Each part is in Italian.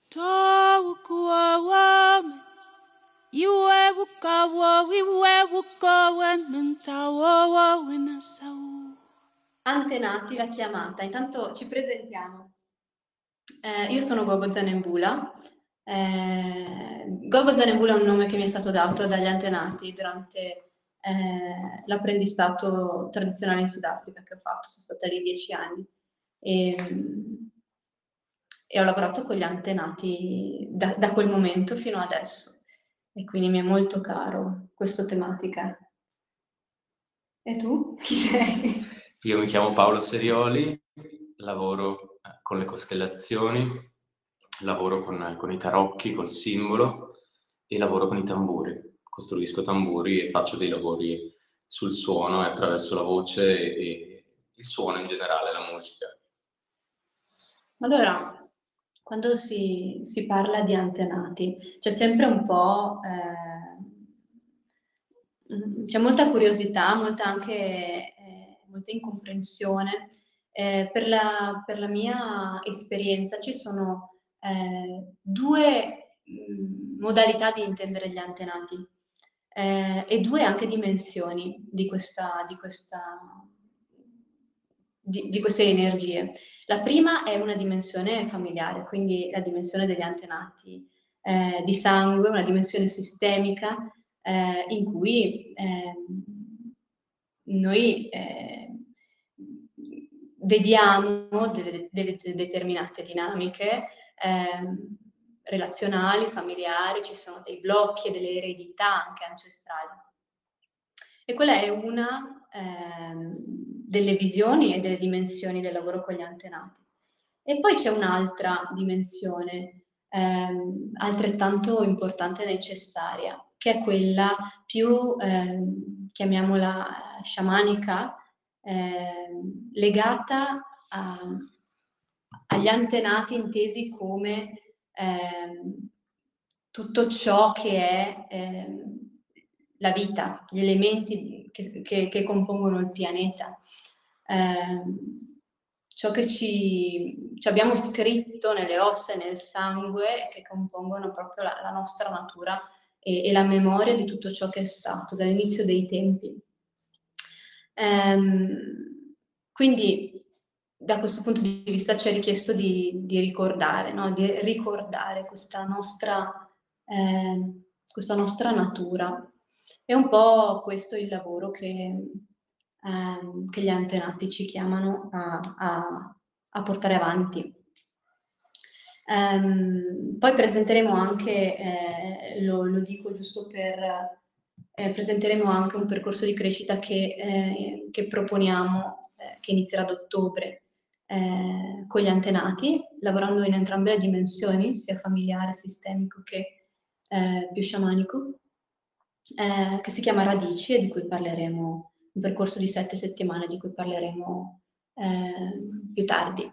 Antenati, la chiamata. Intanto ci presentiamo. Io sono Gogo Zanembula. Gogo Zanembula è un nome che mi è stato dato dagli antenati durante l'apprendistato tradizionale in Sudafrica che ho fatto. Sono stata lì 10 anni e ho lavorato con gli antenati da quel momento fino adesso. E quindi mi è molto caro questa tematica. E tu? Chi sei? Io mi chiamo Paolo Serioli, lavoro con le costellazioni, lavoro con i tarocchi, col simbolo e lavoro con i tamburi. Costruisco tamburi e faccio dei lavori sul suono e attraverso la voce e il suono in generale, la musica. Allora, quando si parla di antenati, c'è sempre un po', c'è molta curiosità, molta incomprensione. Per la mia esperienza ci sono due modalità di intendere gli antenati e due anche dimensioni di queste energie. La prima è una dimensione familiare, quindi la dimensione degli antenati di sangue, una dimensione sistemica in cui noi vediamo delle determinate dinamiche relazionali, familiari, ci sono dei blocchi e delle eredità anche ancestrali. E quella è una delle visioni e delle dimensioni del lavoro con gli antenati. E poi c'è un'altra dimensione altrettanto importante e necessaria, che è quella più, chiamiamola sciamanica, legata agli antenati intesi come tutto ciò che è la vita, gli elementi che compongono il pianeta, ciò che ci abbiamo scritto nelle ossa e nel sangue che compongono proprio la nostra natura e la memoria di tutto ciò che è stato dall'inizio dei tempi. Quindi da questo punto di vista ci è richiesto di ricordare, no? Di ricordare questa nostra natura. È un po' questo il lavoro che gli antenati ci chiamano a portare avanti. Poi presenteremo anche, lo dico giusto presenteremo anche un percorso di crescita che proponiamo, che inizierà ad ottobre con gli antenati, lavorando in entrambe le dimensioni, sia familiare, sistemico che più sciamanico, che si chiama Radici e di cui parleremo, un percorso di 7 settimane di cui parleremo più tardi.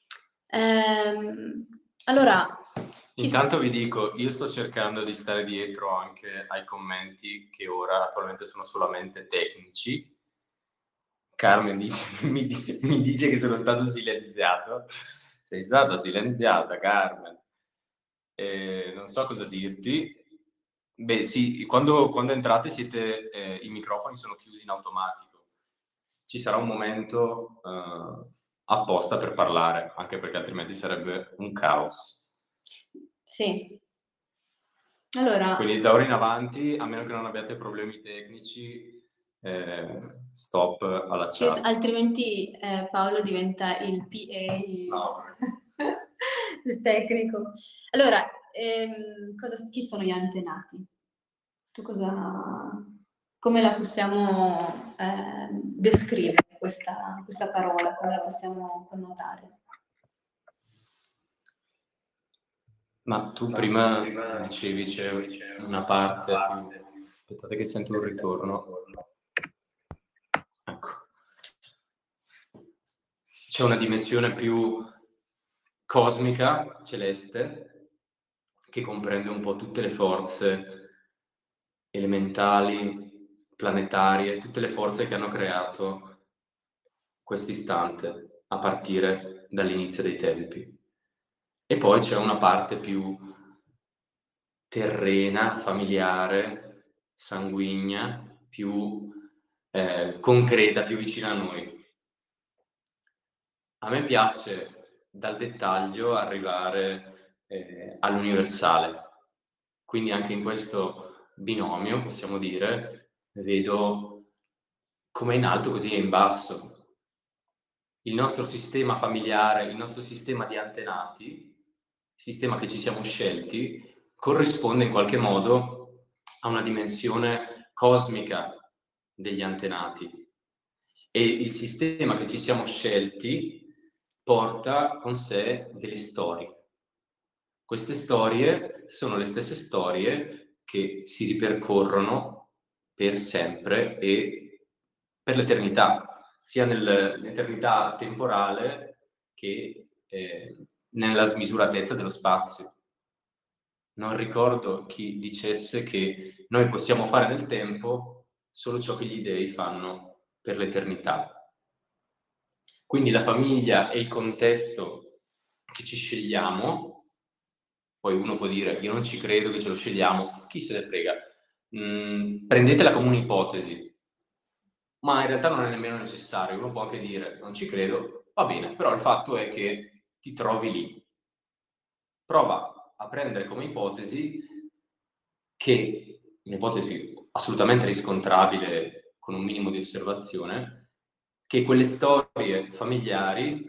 Allora, intanto vi dico, io sto cercando di stare dietro anche ai commenti che ora attualmente sono solamente tecnici. Carmen mi dice che sono stato silenziato. Sei stata silenziata, Carmen. Non so cosa dirti. Beh, sì, quando entrate i microfoni sono chiusi in automatico. Ci sarà un momento apposta per parlare, anche perché altrimenti sarebbe un caos. Sì. Allora, quindi da ora in avanti, a meno che non abbiate problemi tecnici, stop alla chat. Altrimenti Paolo diventa il PA, No. il tecnico. Allora, chi sono gli antenati? Tu come la possiamo descrivere questa parola? Come la possiamo connotare? Ma tu prima dicevi c'è una parte più... Aspettate che sento un ritorno. Ecco. C'è una dimensione più cosmica, celeste, che comprende un po' tutte le forze elementali, planetarie, tutte le forze che hanno creato questo istante a partire dall'inizio dei tempi. E poi c'è una parte più terrena, familiare, sanguigna, più concreta, più vicina a noi. A me piace dal dettaglio arrivare all'universale, quindi anche in questo binomio, possiamo dire, vedo come in alto così è in basso. Il nostro sistema familiare, il nostro sistema di antenati, il sistema che ci siamo scelti, corrisponde in qualche modo a una dimensione cosmica degli antenati. E il sistema che ci siamo scelti porta con sé delle storie. Queste storie sono le stesse storie che si ripercorrono per sempre e per l'eternità, sia nell'eternità temporale che nella smisuratezza dello spazio. Non ricordo chi dicesse che noi possiamo fare nel tempo solo ciò che gli dei fanno per l'eternità. Quindi la famiglia è il contesto che ci scegliamo. Poi uno può dire, io non ci credo che ce lo scegliamo, chi se ne frega. Prendetela come un'ipotesi, ma in realtà non è nemmeno necessario. Uno può anche dire, non ci credo, va bene, però il fatto è che ti trovi lì. Prova a prendere come ipotesi che, un'ipotesi assolutamente riscontrabile con un minimo di osservazione, che quelle storie familiari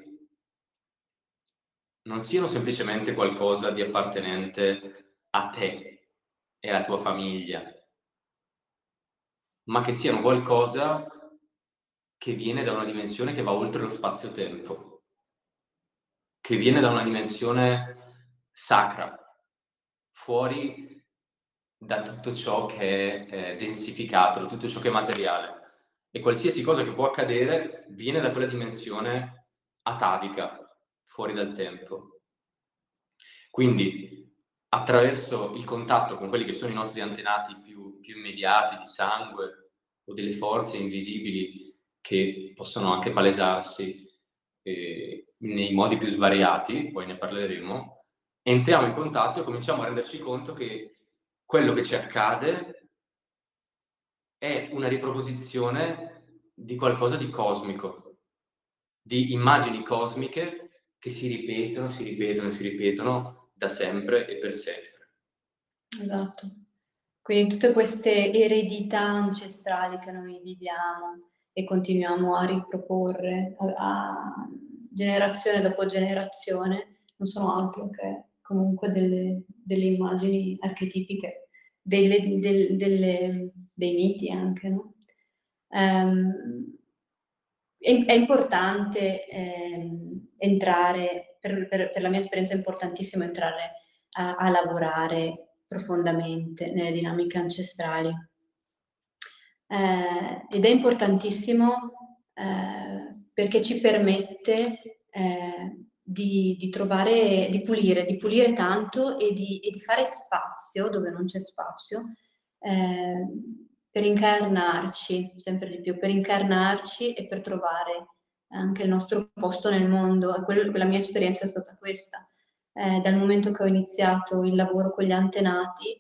non siano semplicemente qualcosa di appartenente a te e alla tua famiglia, ma che siano qualcosa che viene da una dimensione che va oltre lo spazio-tempo, che viene da una dimensione sacra, fuori da tutto ciò che è densificato, da tutto ciò che è materiale. E qualsiasi cosa che può accadere viene da quella dimensione atavica, fuori dal tempo. Quindi, attraverso il contatto con quelli che sono i nostri antenati più immediati, di sangue, o delle forze invisibili che possono anche palesarsi nei modi più svariati, poi ne parleremo, entriamo in contatto e cominciamo a renderci conto che quello che ci accade è una riproposizione di qualcosa di cosmico, di immagini cosmiche che si ripetono, si ripetono, si ripetono da sempre e per sempre. Esatto. Quindi tutte queste eredità ancestrali che noi viviamo e continuiamo a riproporre a generazione dopo generazione non sono altro che comunque delle immagini archetipiche, dei miti anche, no? È importante entrare, per la mia esperienza è importantissimo entrare a lavorare profondamente nelle dinamiche ancestrali. Ed è importantissimo perché ci permette di trovare, di pulire tanto e di fare spazio dove non c'è spazio per incarnarci sempre di più, per incarnarci e per trovare anche il nostro posto nel mondo. La mia esperienza è stata questa. Dal momento che ho iniziato il lavoro con gli antenati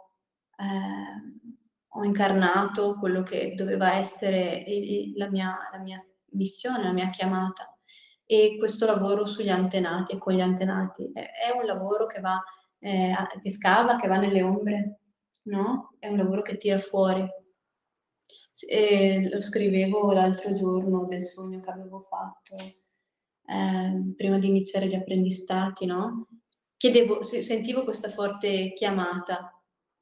ho incarnato quello che doveva essere la mia missione, la mia chiamata. E questo lavoro sugli antenati e con gli antenati è un lavoro che va, che scava, che va nelle ombre, no? È un lavoro che tira fuori. Lo scrivevo l'altro giorno del sogno che avevo fatto prima di iniziare gli apprendistati, no? Sentivo questa forte chiamata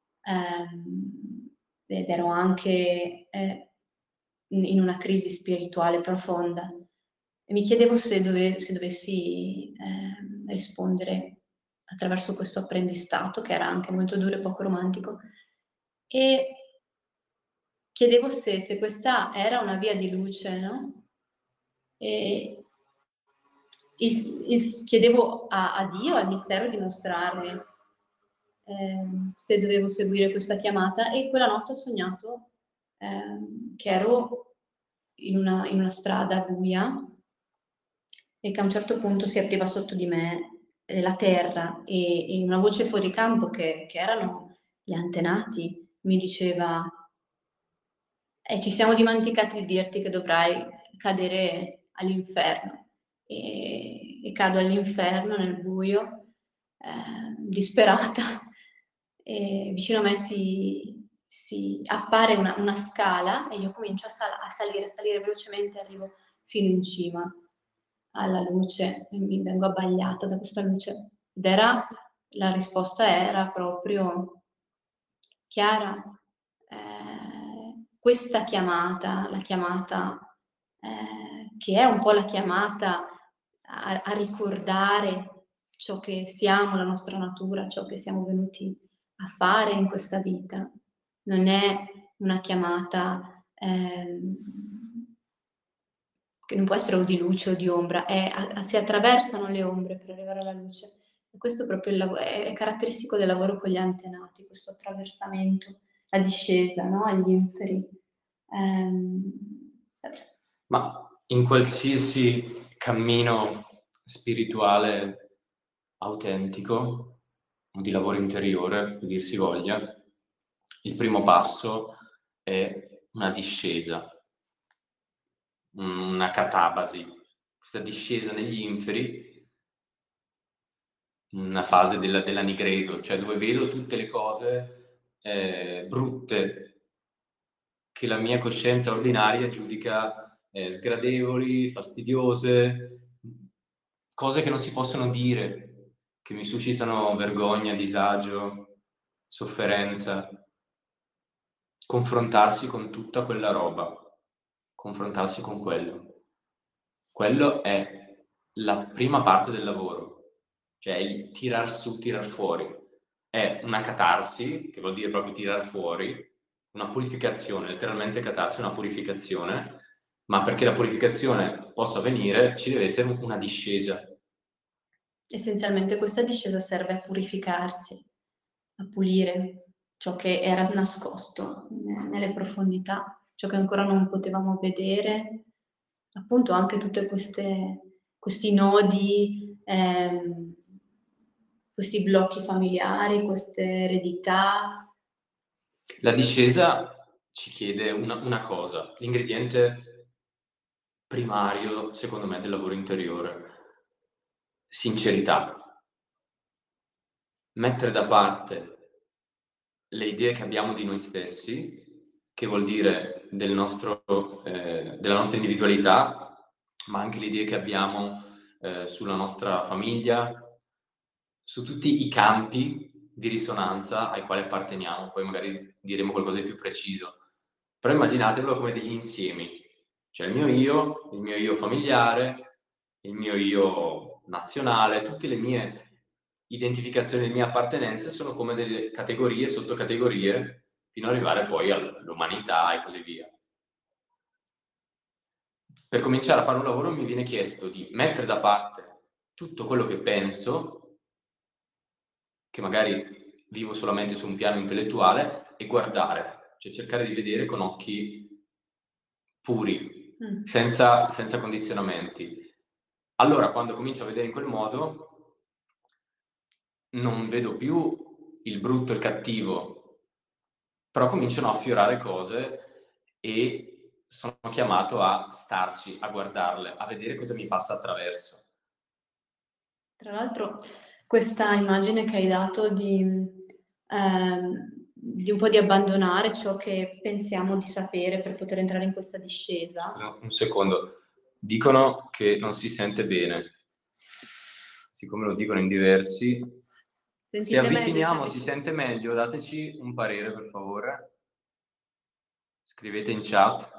ed ero anche in una crisi spirituale profonda e mi chiedevo se dovessi rispondere attraverso questo apprendistato, che era anche molto duro e poco romantico, e chiedevo se questa era una via di luce, no? E chiedevo a Dio, al mistero, di mostrarmi se dovevo seguire questa chiamata, e quella notte ho sognato che ero in una strada buia e che a un certo punto si apriva sotto di me la terra e una voce fuori campo che erano gli antenati mi diceva ci siamo dimenticati di dirti che dovrai cadere all'inferno e cado all'inferno nel buio, disperata e vicino a me si appare una scala e io comincio a salire velocemente, arrivo fino in cima alla luce e mi vengo abbagliata da questa luce. La risposta era proprio: Chiara, questa chiamata, la chiamata che è un po' la chiamata a ricordare ciò che siamo, la nostra natura, ciò che siamo venuti a fare in questa vita, non è una chiamata che non può essere o di luce o di ombra, si attraversano le ombre per arrivare alla luce. E questo è proprio è caratteristico del lavoro con gli antenati, questo attraversamento, la discesa, no? Agli inferi. Ma in qualsiasi cammino spirituale autentico, di lavoro interiore, che dir si voglia, il primo passo è una discesa, una catabasi, questa discesa negli inferi, una fase della nigredo, cioè dove vedo tutte le cose brutte che la mia coscienza ordinaria giudica sgradevoli, fastidiose, cose che non si possono dire, che mi suscitano vergogna, disagio, sofferenza. Confrontarsi con tutta quella roba, confrontarsi con quello. Quello è la prima parte del lavoro, cioè il tirar su, tirar fuori. È una catarsi, che vuol dire proprio tirar fuori, una purificazione, letteralmente catarsi è una purificazione, ma perché la purificazione possa avvenire ci deve essere una discesa. Essenzialmente questa discesa serve a purificarsi, a pulire ciò che era nascosto nelle profondità, ciò che ancora non potevamo vedere, appunto anche tutte questi nodi, questi blocchi familiari, queste eredità. La discesa ci chiede una cosa, l'ingrediente primario, secondo me, del lavoro interiore: sincerità. Mettere da parte le idee che abbiamo di noi stessi, che vuol dire della nostra individualità, ma anche le idee che abbiamo sulla nostra famiglia, su tutti i campi di risonanza ai quali apparteniamo. Poi magari diremo qualcosa di più preciso. Però immaginatelo come degli insiemi. Cioè il mio io familiare, il mio io nazionale, tutte le mie identificazioni, le mie appartenenze sono come delle categorie, sottocategorie, fino ad arrivare poi all'umanità e così via. Per cominciare a fare un lavoro mi viene chiesto di mettere da parte tutto quello che penso, che magari vivo solamente su un piano intellettuale, e guardare, cioè cercare di vedere con occhi puri, senza condizionamenti. Allora, quando comincio a vedere in quel modo, non vedo più il brutto e il cattivo, però cominciano a affiorare cose e sono chiamato a starci, a guardarle, a vedere cosa mi passa attraverso. Tra l'altro, questa immagine che hai dato di un po' di abbandonare ciò che pensiamo di sapere per poter entrare in questa discesa. Scusa, un secondo. Dicono che non si sente bene. Siccome lo dicono in diversi, Sentite se avviciniamo meglio, si sente meglio. Dateci un parere, per favore. Scrivete in chat.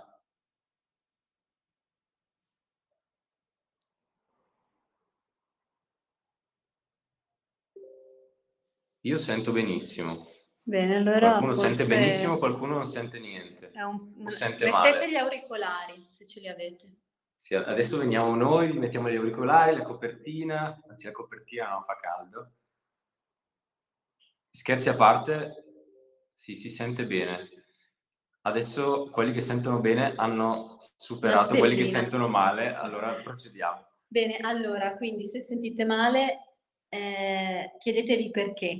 Io sento benissimo. Bene, allora Qualcuno forse sente benissimo, qualcuno non sente niente. O sente mettete male. gli auricolari, se ce li avete. Sì, adesso veniamo noi, mettiamo gli auricolari, la copertina, anzi la copertina non fa caldo. Scherzi a parte, sì, si sente bene. Adesso quelli che sentono bene hanno superato quelli che sentono male, allora procediamo. Bene, allora, quindi se sentite male chiedetevi perché.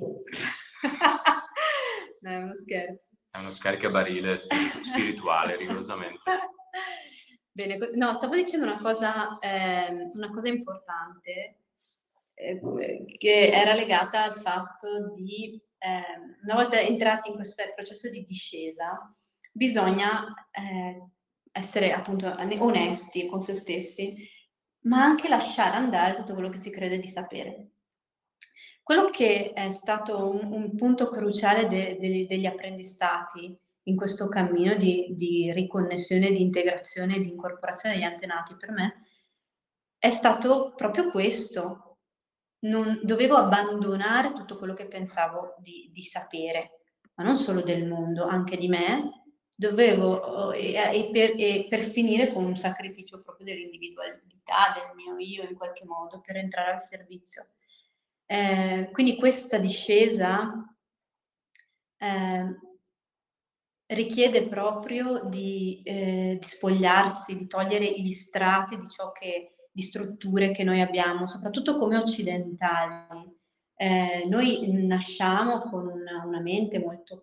No, è uno scherzo. È uno scaricabarile spirituale, rigorosamente. Bene, no, stavo dicendo una cosa importante, che era legata al fatto di, una volta entrati in questo processo di discesa, bisogna essere appunto onesti con se stessi, ma anche lasciare andare tutto quello che si crede di sapere. Quello che è stato un punto cruciale degli apprendistati in questo cammino di riconnessione, di integrazione e di incorporazione degli antenati per me, è stato proprio questo. Dovevo abbandonare tutto quello che pensavo di sapere, ma non solo del mondo, anche di me. Dovevo, e per finire con un sacrificio proprio dell'individualità, del mio io in qualche modo, per entrare al servizio. Quindi questa discesa richiede proprio di spogliarsi, di togliere gli strati di ciò di strutture che noi abbiamo, soprattutto come occidentali. Noi nasciamo con una mente molto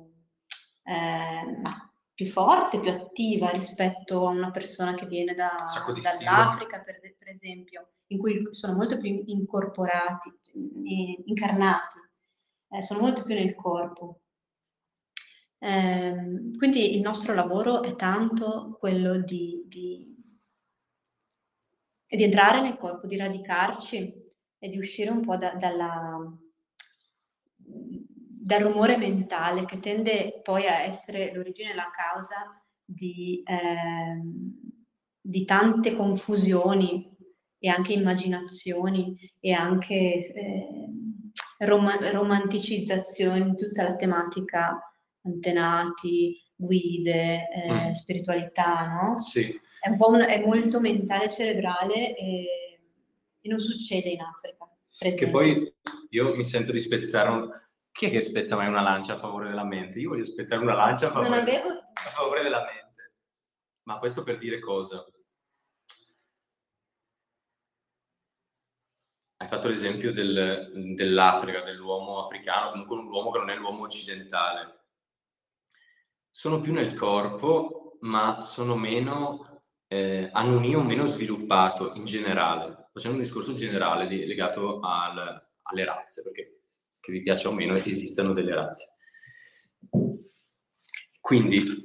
più forte, più attiva rispetto a una persona che viene dall'Africa, per esempio, in cui sono molto più incorporati, incarnati, sono molto più nel corpo. Quindi il nostro lavoro è tanto quello di entrare nel corpo, di radicarci e di uscire un po' dal rumore mentale che tende poi a essere l'origine e la causa di tante confusioni e anche immaginazioni e anche romanticizzazioni di tutta la tematica antenati, guide, spiritualità, no? Sì. È molto mentale, cerebrale e non succede in Africa. Che poi io mi sento di spezzare chi è che spezza mai una lancia a favore della mente? Io voglio spezzare una lancia a favore della mente. Ma questo per dire cosa? Hai fatto l'esempio dell'Africa, dell'uomo africano, comunque l'uomo che non è l'uomo occidentale. Sono più nel corpo, ma sono meno, hanno un io meno sviluppato in generale. Sto facendo un discorso generale legato alle razze, perché che vi piaccia o meno esistano delle razze. Quindi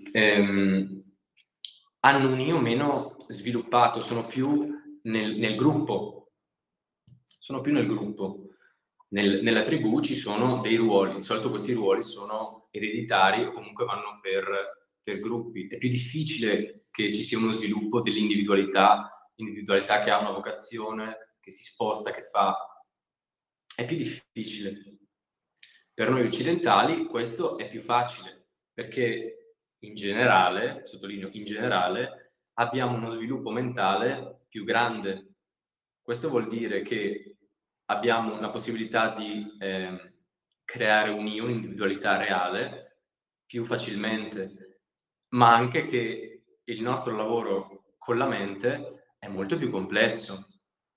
hanno un io meno sviluppato, sono più nel gruppo. Sono più nel gruppo. Nella tribù ci sono dei ruoli, di solito questi ruoli sono ereditari o comunque vanno per gruppi. È più difficile che ci sia uno sviluppo dell'individualità che ha una vocazione, che si sposta, che fa. È più difficile. Per noi occidentali questo è più facile, perché in generale, sottolineo in generale, abbiamo uno sviluppo mentale più grande. Questo vuol dire che abbiamo la possibilità di creare un'individualità reale più facilmente, ma anche che il nostro lavoro con la mente è molto più complesso.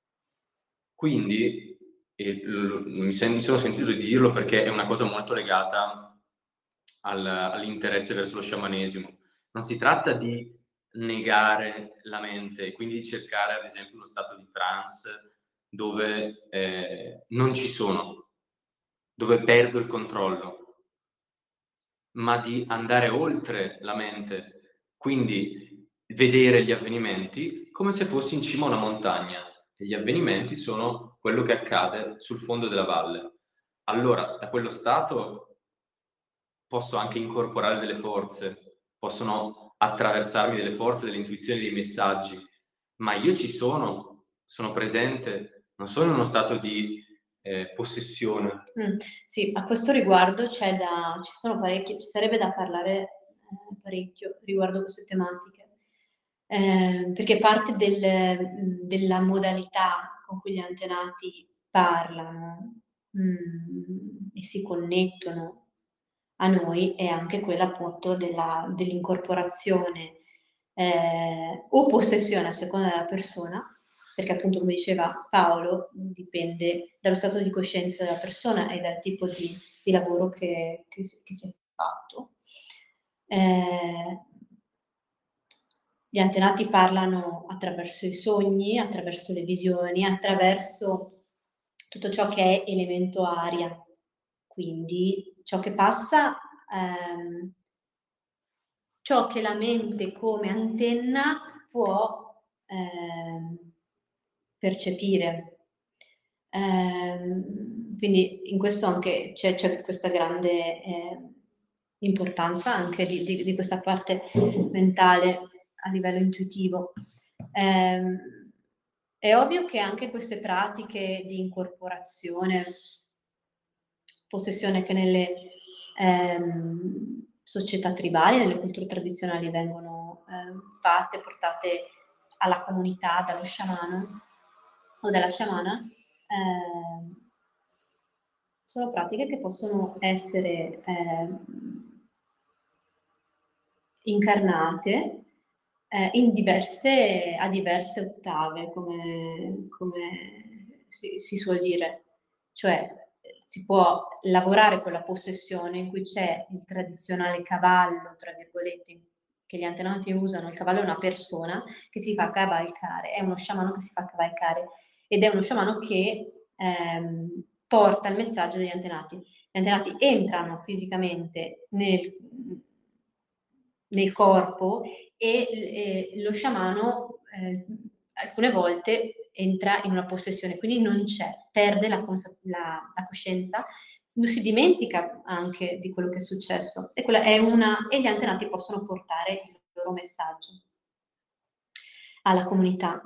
Quindi mi sono sentito di dirlo perché è una cosa molto legata all'interesse verso lo sciamanesimo. Non si tratta di negare la mente e quindi di cercare ad esempio uno stato di trance dove non ci sono, dove perdo il controllo, ma di andare oltre la mente, quindi vedere gli avvenimenti come se fossi in cima a una montagna e gli avvenimenti sono quello che accade sul fondo della valle. Allora, da quello stato posso anche incorporare delle forze, possono attraversarmi delle forze, delle intuizioni, dei messaggi, ma io ci sono presente, non sono in uno stato di possessione. Sì, a questo riguardo ci sarebbe da parlare parecchio riguardo queste tematiche, perché parte della modalità con cui gli antenati parlano e si connettono a noi è anche quella appunto dell'incorporazione o possessione a seconda della persona perché appunto, come diceva Paolo, dipende dallo stato di coscienza della persona e dal tipo di lavoro che si è fatto. Gli antenati parlano attraverso i sogni, attraverso le visioni, attraverso tutto ciò che è elemento aria, quindi ciò che passa, ciò che la mente come antenna può percepire. Quindi in questo anche c'è questa grande importanza anche di questa parte mentale a livello intuitivo. È ovvio che anche queste pratiche di incorporazione, possessione che nelle società tribali, nelle culture tradizionali vengono fatte, portate alla comunità dallo sciamano o dalla sciamana, sono pratiche che possono essere incarnate a diverse ottave, come si suol dire. Cioè, si può lavorare con la possessione in cui c'è il tradizionale cavallo, tra virgolette, che gli antenati usano. Il cavallo è una persona che si fa cavalcare, è uno sciamano che si fa cavalcare ed è uno sciamano che porta il messaggio degli antenati. Gli antenati entrano fisicamente nel corpo e lo sciamano alcune volte entra in una possessione, quindi non c'è, perde la coscienza, si dimentica anche di quello che è successo e gli antenati possono portare il loro messaggio alla comunità.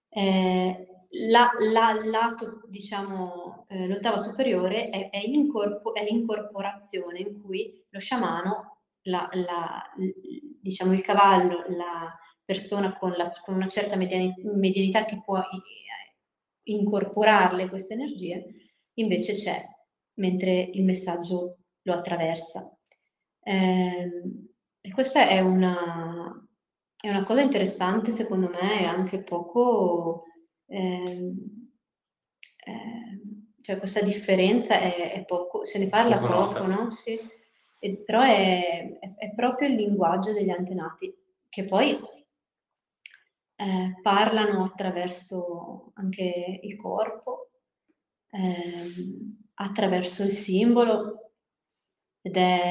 Lato, diciamo, l'ottava superiore è l'incorporazione in cui lo sciamano, diciamo il cavallo, la persona con una certa medianità che può incorporarle queste energie, invece c'è, mentre il messaggio lo attraversa. E questa è una cosa interessante, secondo me, e anche poco, cioè questa differenza è poco, se ne parla poco, no? Sì. Però è proprio il linguaggio degli antenati, che poi parlano attraverso anche il corpo, attraverso il simbolo, ed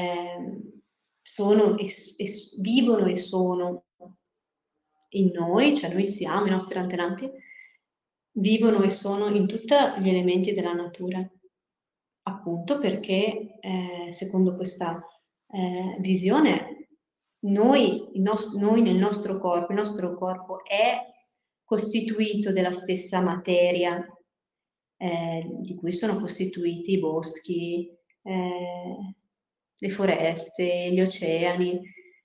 vivono e sono in noi, cioè noi siamo, i nostri antenati, vivono e sono in tutti gli elementi della natura, appunto perché secondo questa visione noi nel nostro corpo, il nostro corpo è costituito della stessa materia di cui sono costituiti i boschi, le foreste, gli oceani,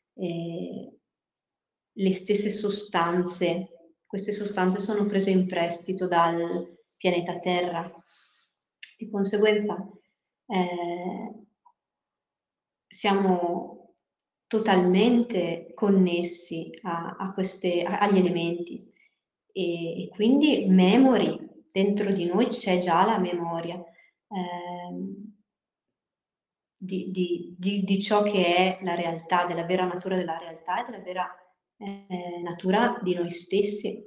le stesse sostanze. Queste sostanze sono prese in prestito dal pianeta Terra. Di conseguenza siamo totalmente connessi agli elementi e quindi dentro di noi c'è già la memoria di ciò che è la realtà, della vera natura della realtà e della vera natura di noi stessi.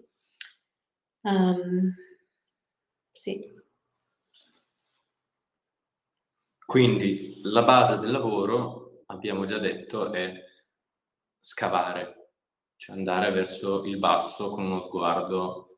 Sì. Quindi la base del lavoro, abbiamo già detto, è scavare, cioè andare verso il basso con uno sguardo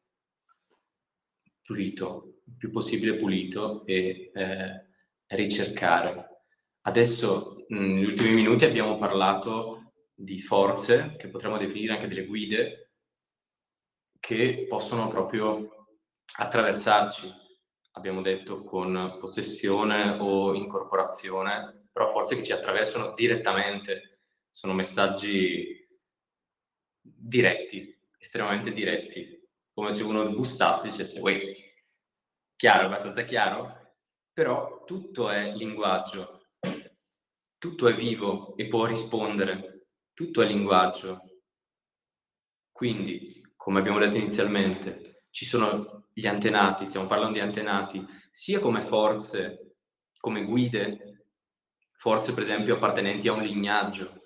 pulito, il più possibile pulito e ricercare. Adesso, negli ultimi minuti abbiamo parlato di forze, che potremmo definire anche delle guide, che possono proprio attraversarci, abbiamo detto, con possessione o incorporazione, però forze che ci attraversano direttamente, sono messaggi diretti, estremamente diretti, come se uno bussasse e dicesse, uè, chiaro, abbastanza chiaro, però tutto è linguaggio, tutto è vivo e può rispondere, tutto è linguaggio. Quindi, come abbiamo detto inizialmente, ci sono gli antenati, stiamo parlando di antenati, sia come forze, come guide, forze per esempio appartenenti a un lignaggio.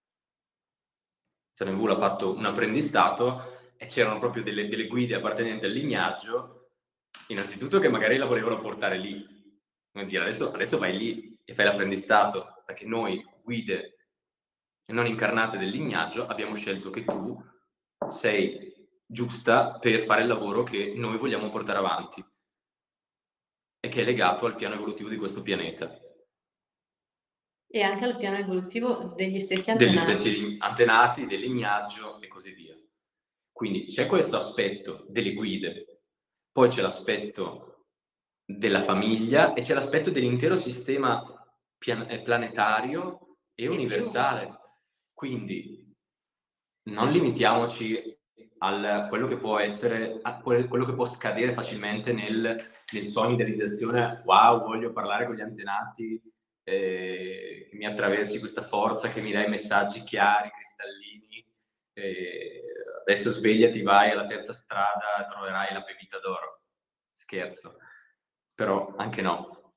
San Evul ha fatto un apprendistato e c'erano proprio delle guide appartenenti al lignaggio, innanzitutto che magari la volevano portare lì. Come dire, adesso vai lì e fai l'apprendistato, perché noi, guide non incarnate del lignaggio, abbiamo scelto che tu sei giusta per fare il lavoro che noi vogliamo portare avanti e che è legato al piano evolutivo di questo pianeta. E anche al piano evolutivo degli stessi Degli antenati. stessi antenati, del lignaggio e così via. Quindi c'è questo aspetto delle guide, poi c'è l'aspetto della famiglia e c'è l'aspetto dell'intero sistema planetario e universale. Quindi non limitiamoci a quello che può essere, a quello che può scadere facilmente nel sogno di realizzazione. Wow, voglio parlare con gli antenati, che mi attraversi questa forza, che mi dai messaggi chiari, cristallini. Adesso svegliati, vai alla terza strada, troverai la pepita d'oro. Scherzo, però anche no.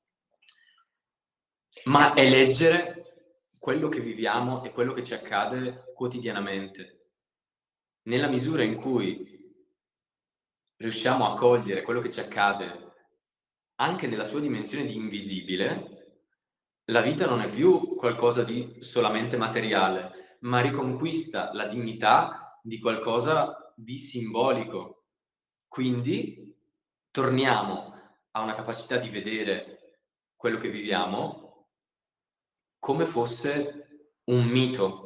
Ma è leggere quello che viviamo e quello che ci accade quotidianamente. Nella misura in cui riusciamo a cogliere quello che ci accade anche nella sua dimensione di invisibile, la vita non è più qualcosa di solamente materiale, ma riconquista la dignità di qualcosa di simbolico. Quindi torniamo a una capacità di vedere quello che viviamo come fosse un mito.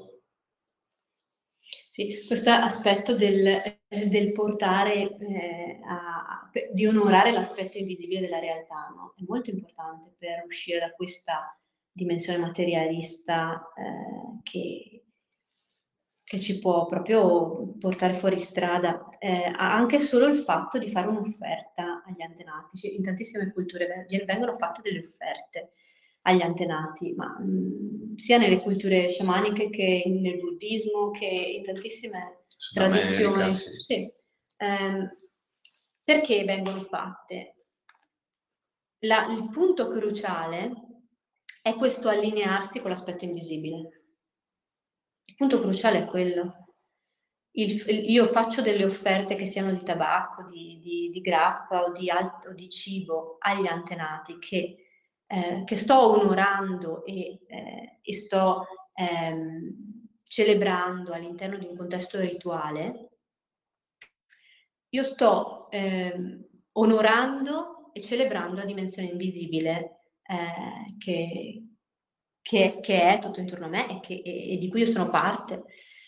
Sì, questo aspetto del portare, di onorare l'aspetto invisibile della realtà, no? È molto importante per uscire da questa dimensione materialista che ci può proprio portare fuori strada. Anche solo il fatto di fare un'offerta agli antenati. In tantissime culture vengono fatte delle offerte agli antenati, ma sia nelle culture sciamaniche che nel buddismo, che in tantissime tradizioni. Sì. Sì. Perché vengono fatte? Il punto cruciale è questo allinearsi con l'aspetto invisibile. Il punto cruciale è quello. Io faccio delle offerte che siano di tabacco, di grappa o di cibo agli antenati che sto onorando e sto celebrando all'interno di un contesto rituale. Io sto onorando e celebrando la dimensione invisibile che è tutto intorno a me e di cui io sono parte.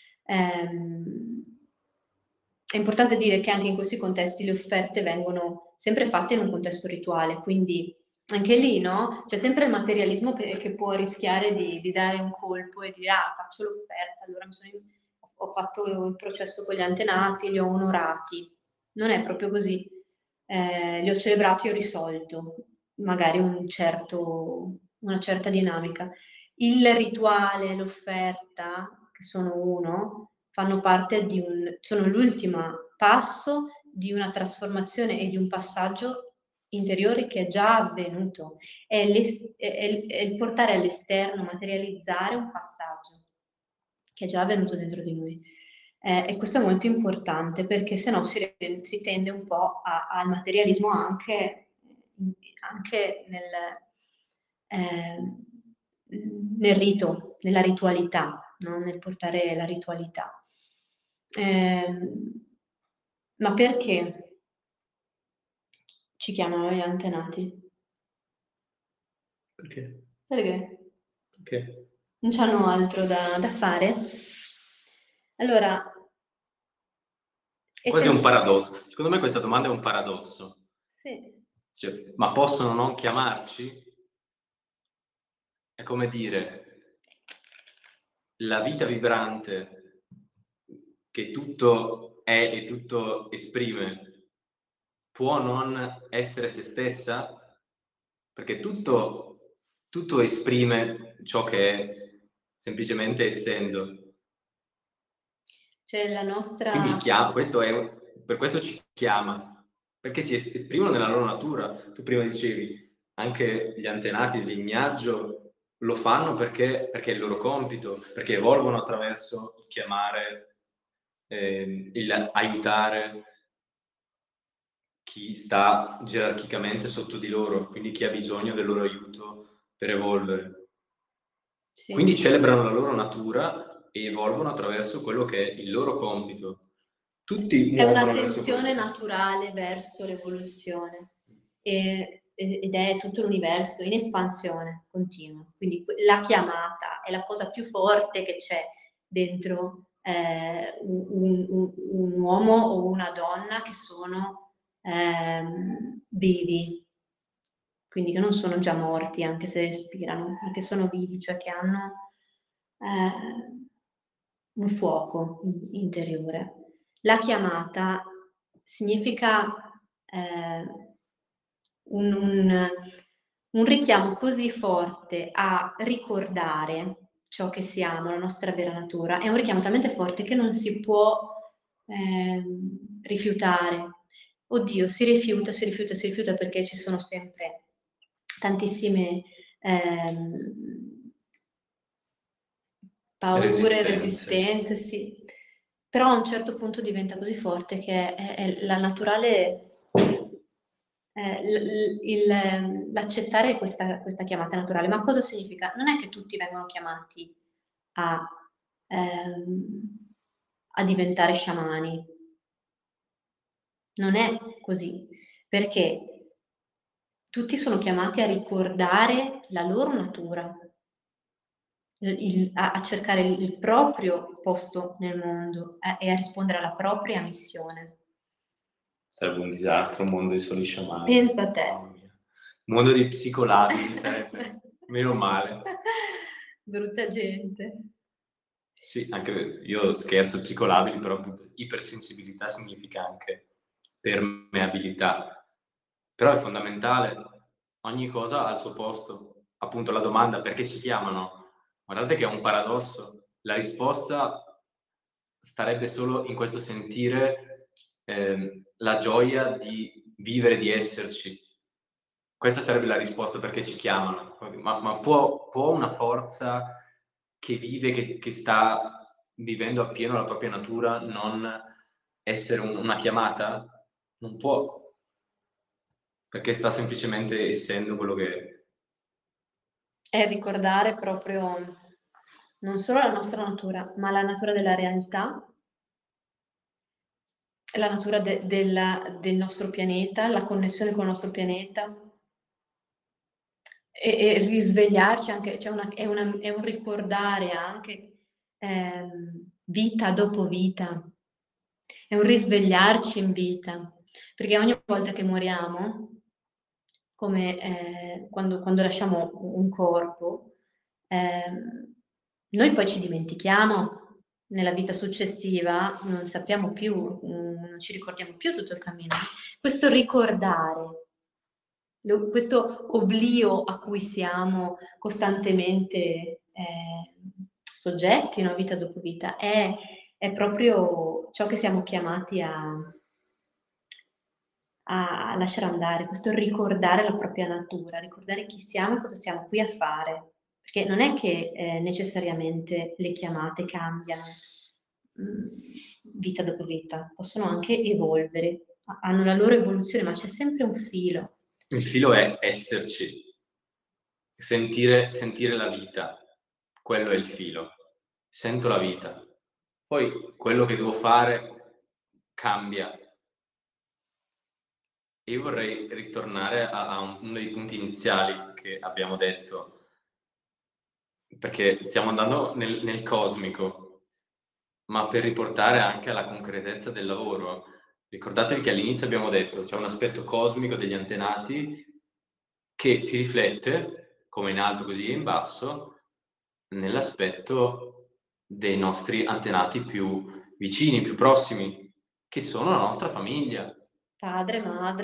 È importante dire che anche in questi contesti le offerte vengono sempre fatte in un contesto rituale, quindi anche lì, no? C'è sempre il materialismo che può rischiare di dare un colpo e dire faccio l'offerta, allora ho fatto il processo con gli antenati, li ho onorati. Non è proprio così. Li ho celebrati e ho risolto magari una certa dinamica. Il rituale, l'offerta, che sono uno, fanno parte sono l'ultimo passo di una trasformazione e di un passaggio interiore che è già avvenuto. È il portare all'esterno, materializzare un passaggio che è già avvenuto dentro di noi. E questo è molto importante perché sennò si tende un po' al materialismo anche nel rito, nella ritualità, no? Nel portare la ritualità. Ma perché ci chiamano gli antenati? Perché? Perché? Perché? Non c'hanno altro da fare? Allora, Quasi un paradosso. Secondo me questa domanda è un paradosso. sì. Cioè, ma possono non chiamarci? È come dire, la vita vibrante che tutto è e tutto esprime può non essere se stessa? Perché tutto esprime ciò che è, semplicemente essendo. C'è la nostra... Quindi per questo ci chiama. perché si esprimono nella loro natura. Tu prima dicevi, anche gli antenati del lignaggio lo fanno perché è il loro compito, perché evolvono attraverso il chiamare, il aiutare chi sta gerarchicamente sotto di loro, quindi chi ha bisogno del loro aiuto per evolvere. Sì. Quindi celebrano la loro natura e evolvono attraverso quello che è il loro compito. Tutti È una muovono verso tensione questo. naturale verso l'evoluzione ed è tutto l'universo in espansione continua. Quindi la chiamata è la cosa più forte che c'è dentro un uomo o una donna che sono vivi, quindi che non sono già morti anche se respirano, ma che sono vivi, cioè che hanno un fuoco interiore. La chiamata significa un richiamo così forte a ricordare ciò che siamo, la nostra vera natura, è un richiamo talmente forte che non si può rifiutare. Oddio, si rifiuta perché ci sono sempre tantissime paure, resistenze, sì. Però a un certo punto diventa così forte che è la naturale, l'accettare questa chiamata naturale. Ma cosa significa? Non è che tutti vengono chiamati a, a diventare sciamani. Non è così, perché tutti sono chiamati a ricordare la loro natura, a cercare il proprio posto nel mondo e a rispondere alla propria missione. Sarebbe un disastro, un mondo di soli sciamani. Pensa a te. Mamma mia. Un mondo di psicolabili sarebbe, meno male. Brutta gente. Sì, anche io scherzo, psicolabili, però ipersensibilità significa anche permeabilità. Però è fondamentale, ogni cosa ha il suo posto. Appunto la domanda perché ci chiamano? Guardate che è un paradosso. La risposta starebbe solo in questo sentire la gioia di vivere, di esserci. Questa sarebbe la risposta perché ci chiamano. Ma può una forza che vive, che sta vivendo appieno la propria natura, non essere una chiamata? Non può, perché sta semplicemente essendo quello che è. È ricordare proprio non solo la nostra natura, ma la natura della realtà, la natura del nostro pianeta, la connessione con il nostro pianeta e risvegliarci anche, cioè è un ricordare anche vita dopo vita, è un risvegliarci in vita, perché ogni volta che moriamo, come quando lasciamo un corpo, noi poi ci dimentichiamo, nella vita successiva non sappiamo più, non ci ricordiamo più tutto il cammino. Questo ricordare, questo oblio a cui siamo costantemente soggetti, no, vita dopo vita, è proprio ciò che siamo chiamati a lasciare andare, questo ricordare la propria natura, ricordare chi siamo e cosa siamo qui a fare. Perché non è che necessariamente le chiamate cambiano vita dopo vita, possono anche evolvere, hanno la loro evoluzione, ma c'è sempre un filo. Il filo è esserci, sentire la vita, quello è il filo. Sento la vita. Poi quello che devo fare cambia. Io vorrei ritornare a uno dei punti iniziali che abbiamo detto, perché stiamo andando nel cosmico, ma per riportare anche alla concretezza del lavoro. Ricordatevi che all'inizio abbiamo detto c'è un aspetto cosmico degli antenati che si riflette, come in alto così in basso, nell'aspetto dei nostri antenati più vicini, più prossimi, che sono la nostra famiglia. Padre,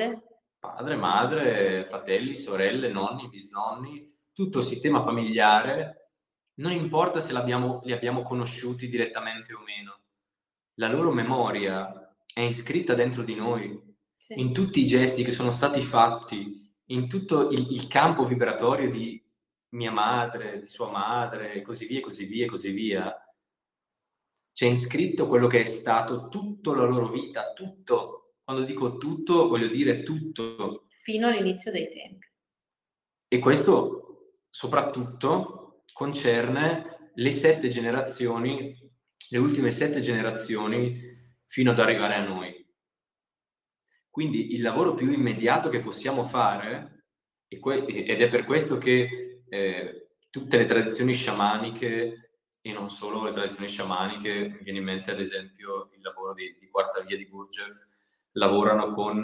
Madre, fratelli, sorelle, nonni, bisnonni, tutto il sistema familiare, non importa se li abbiamo conosciuti direttamente o meno, la loro memoria è iscritta dentro di noi. Sì. in tutti i gesti che sono stati fatti, in tutto il campo vibratorio di mia madre, di sua madre, e così via, e così via, e così via, c'è iscritto quello che è stato tutta la loro vita, tutto. Quando dico tutto, voglio dire tutto. Fino all'inizio dei tempi. E questo soprattutto concerne le 7 generazioni, le ultime 7 generazioni fino ad arrivare a noi. Quindi il lavoro più immediato che possiamo fare, ed è per questo che tutte le tradizioni sciamaniche, e non solo le tradizioni sciamaniche, mi viene in mente ad esempio il lavoro di Quarta Via di Gurdjieff, lavorano con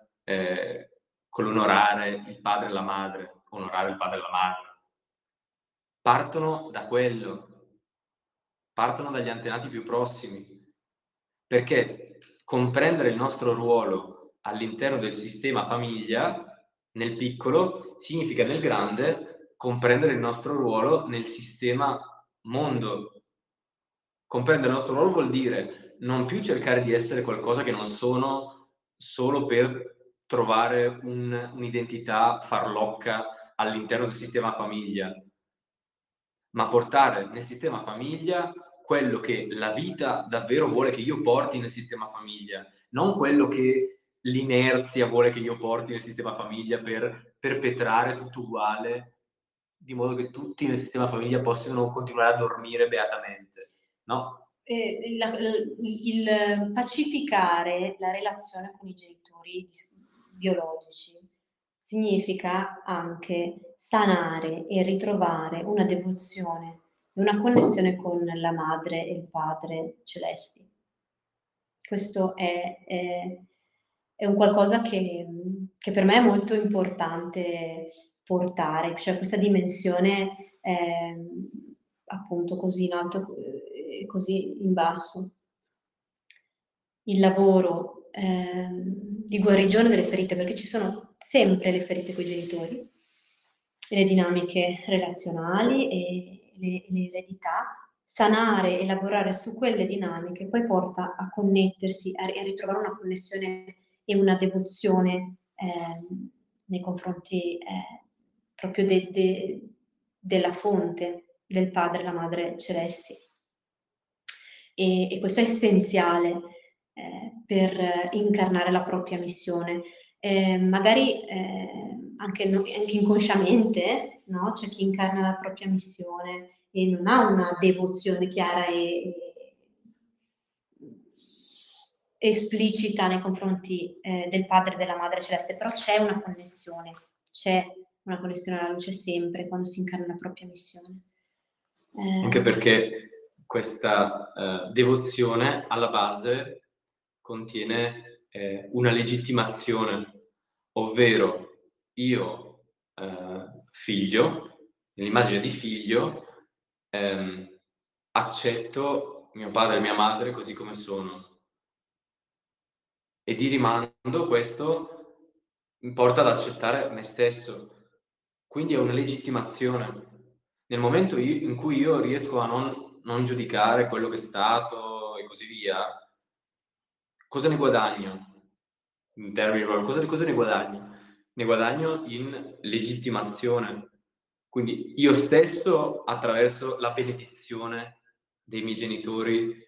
l'onorare il padre e la madre, onorare il padre e la madre. Partono da quello, partono dagli antenati più prossimi, perché comprendere il nostro ruolo all'interno del sistema famiglia, nel piccolo, significa nel grande comprendere il nostro ruolo nel sistema mondo. Comprendere il nostro ruolo vuol dire non più cercare di essere qualcosa che non sono solo per trovare un'identità farlocca all'interno del sistema famiglia, ma portare nel sistema famiglia quello che la vita davvero vuole che io porti nel sistema famiglia, non quello che l'inerzia vuole che io porti nel sistema famiglia per perpetrare tutto uguale, di modo che tutti nel sistema famiglia possano continuare a dormire beatamente, no? Il pacificare la relazione con i genitori biologici significa anche sanare e ritrovare una devozione e una connessione con la madre e il padre celesti. Questo è un qualcosa che per me è molto importante portare, cioè questa dimensione appunto così in alto e così in basso. Il lavoro di guarigione delle ferite, perché ci sono sempre le ferite coi genitori, le dinamiche relazionali e le eredità. Sanare e lavorare su quelle dinamiche poi porta a connettersi, a ritrovare una connessione e una devozione nei confronti proprio della fonte, del Padre e la Madre celesti. E questo è essenziale per incarnare la propria missione. Magari anche inconsciamente, no? C'è chi incarna la propria missione e non ha una devozione chiara e esplicita nei confronti del Padre e della Madre Celeste, però c'è una connessione alla luce sempre quando si incarna la propria missione. Anche perché questa devozione alla base contiene una legittimazione, ovvero io figlio, nell'immagine di figlio, accetto mio padre e mia madre così come sono. E di rimando questo mi porta ad accettare me stesso. Quindi è una legittimazione. Nel momento in cui io riesco a non giudicare quello che è stato e così via, cosa ne guadagno? In termini cosa ne guadagno? Ne guadagno in legittimazione. Quindi io stesso, attraverso la benedizione dei miei genitori,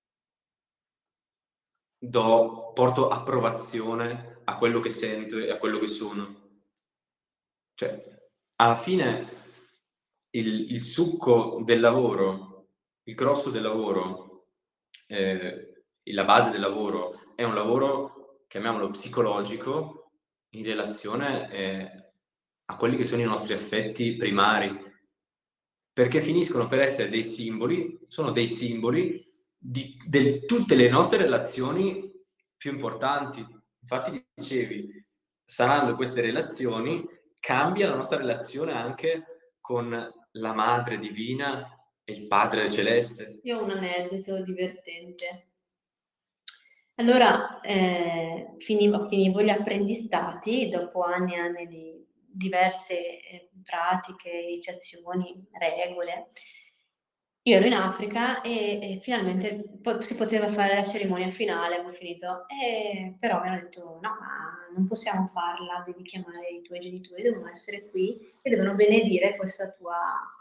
porto approvazione a quello che sento e a quello che sono. Cioè, alla fine il succo del lavoro, il grosso del lavoro, la base del lavoro è un lavoro, chiamiamolo psicologico, in relazione a quelli che sono i nostri affetti primari, perché finiscono per essere dei simboli, sono dei simboli di tutte le nostre relazioni più importanti. Infatti dicevi, sanando queste relazioni, cambia la nostra relazione anche con la Madre Divina e il Padre Celeste. Io ho un aneddoto divertente. Allora, finivo gli apprendistati dopo anni e anni di diverse pratiche, iniziazioni, regole, io ero in Africa e finalmente si poteva fare la cerimonia finale, avevo finito, però mi hanno detto no, ma non possiamo farla, devi chiamare i tuoi genitori, devono essere qui e devono benedire questa tua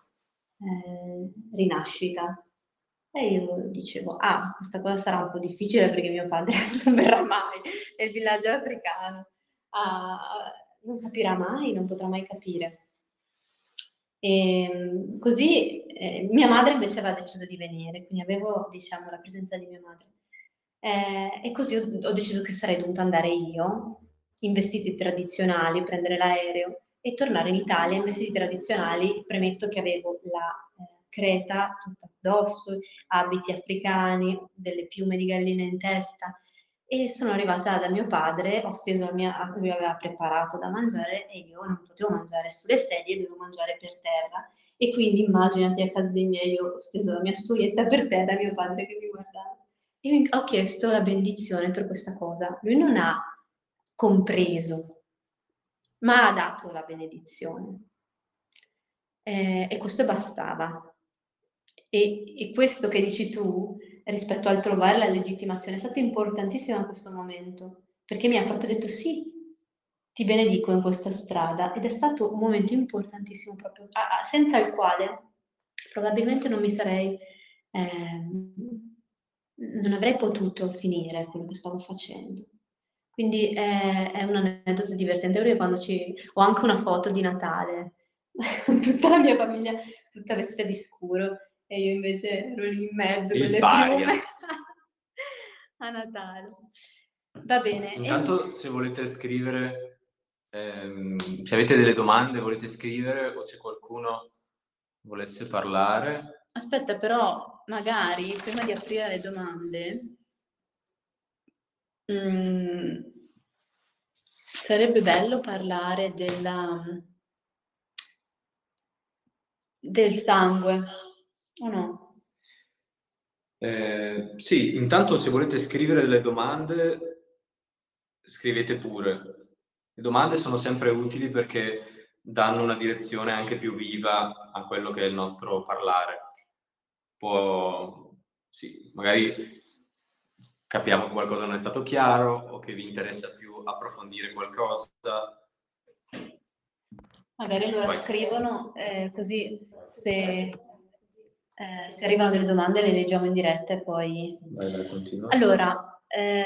rinascita. E io dicevo, questa cosa sarà un po' difficile perché mio padre non verrà mai nel villaggio africano, non capirà mai, non potrà mai capire. E così mia madre invece aveva deciso di venire, quindi avevo, diciamo, la presenza di mia madre. E così ho deciso che sarei dovuta andare io, in vestiti tradizionali, prendere l'aereo e tornare in Italia in vestiti tradizionali. Premetto che avevo la creta tutta addosso, abiti africani, delle piume di gallina in testa. E sono arrivata da mio padre, ho steso lui aveva preparato da mangiare e io non potevo mangiare sulle sedie, dovevo mangiare per terra. E quindi immaginati a casa dei miei, io ho steso la mia stuietta per terra e mio padre che mi guardava. E ho chiesto la benedizione per questa cosa. Lui non ha compreso, ma ha dato la benedizione. E questo bastava. E questo che dici tu, rispetto al trovare la legittimazione, è stato importantissimo in questo momento, perché mi ha proprio detto sì, ti benedico in questa strada, ed è stato un momento importantissimo proprio, senza il quale probabilmente non mi sarei, non avrei potuto finire quello che stavo facendo. Quindi è un aneddoto divertente perché ho anche una foto di Natale, con tutta la mia famiglia tutta vestita di scuro e io invece ero lì in mezzo con Il le paria. piume a Natale. Va bene. Intanto se volete scrivere, se avete delle domande volete scrivere o se qualcuno volesse parlare. Aspetta, però magari prima di aprire le domande sarebbe bello parlare del sangue, o no? Sì, intanto se volete scrivere delle domande, scrivete pure. Le domande sono sempre utili perché danno una direzione anche più viva a quello che è il nostro parlare. Sì, magari capiamo che qualcosa non è stato chiaro o che vi interessa più approfondire qualcosa. Magari allora scrivono, così se arrivano delle domande le leggiamo in diretta e poi... Vai, continua. Allora,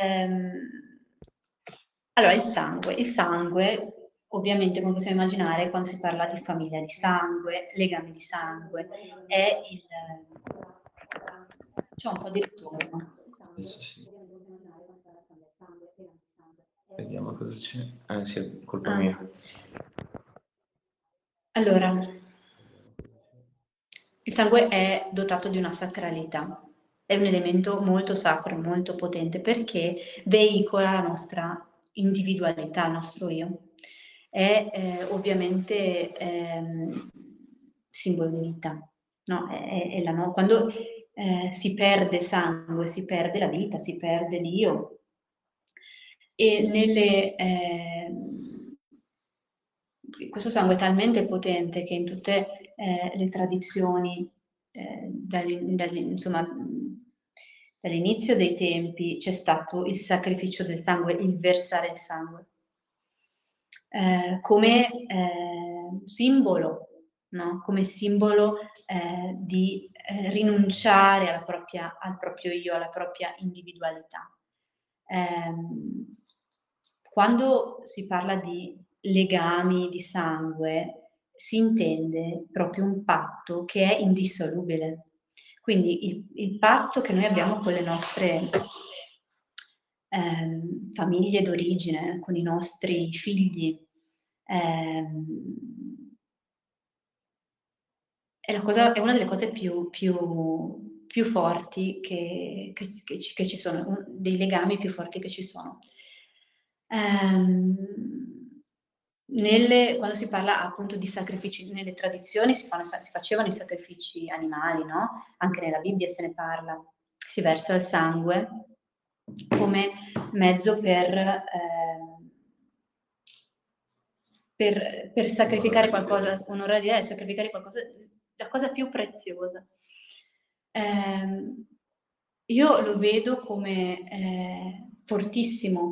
il sangue, ovviamente come possiamo immaginare, quando si parla di famiglia di sangue, legami di sangue, è il... c'è un po' di ritorno. Adesso sì. Vediamo cosa c'è. Sì, è colpa mia. Allora, il sangue è dotato di una sacralità, è un elemento molto sacro, molto potente perché veicola la nostra individualità, il nostro io. È ovviamente simbolo di vita, no? Quando si perde sangue, si perde la vita, si perde Dio. E questo sangue è talmente potente che in tutte le tradizioni, insomma, dall'inizio dei tempi c'è stato il sacrificio del sangue, il versare il sangue, come simbolo, no? Come simbolo di rinunciare al proprio io, alla propria individualità. Quando si parla di legami di sangue, si intende proprio un patto che è indissolubile. Quindi il patto che noi abbiamo con le nostre famiglie d'origine, con i nostri figli, è una delle cose più forti che ci sono, dei legami più forti che ci sono. Quando si parla appunto di sacrifici, nelle tradizioni si facevano i sacrifici animali, no? Anche nella Bibbia se ne parla. Si versa il sangue come mezzo per sacrificare qualcosa, onorare di sacrificare qualcosa, la cosa più preziosa. Io lo vedo come fortissimo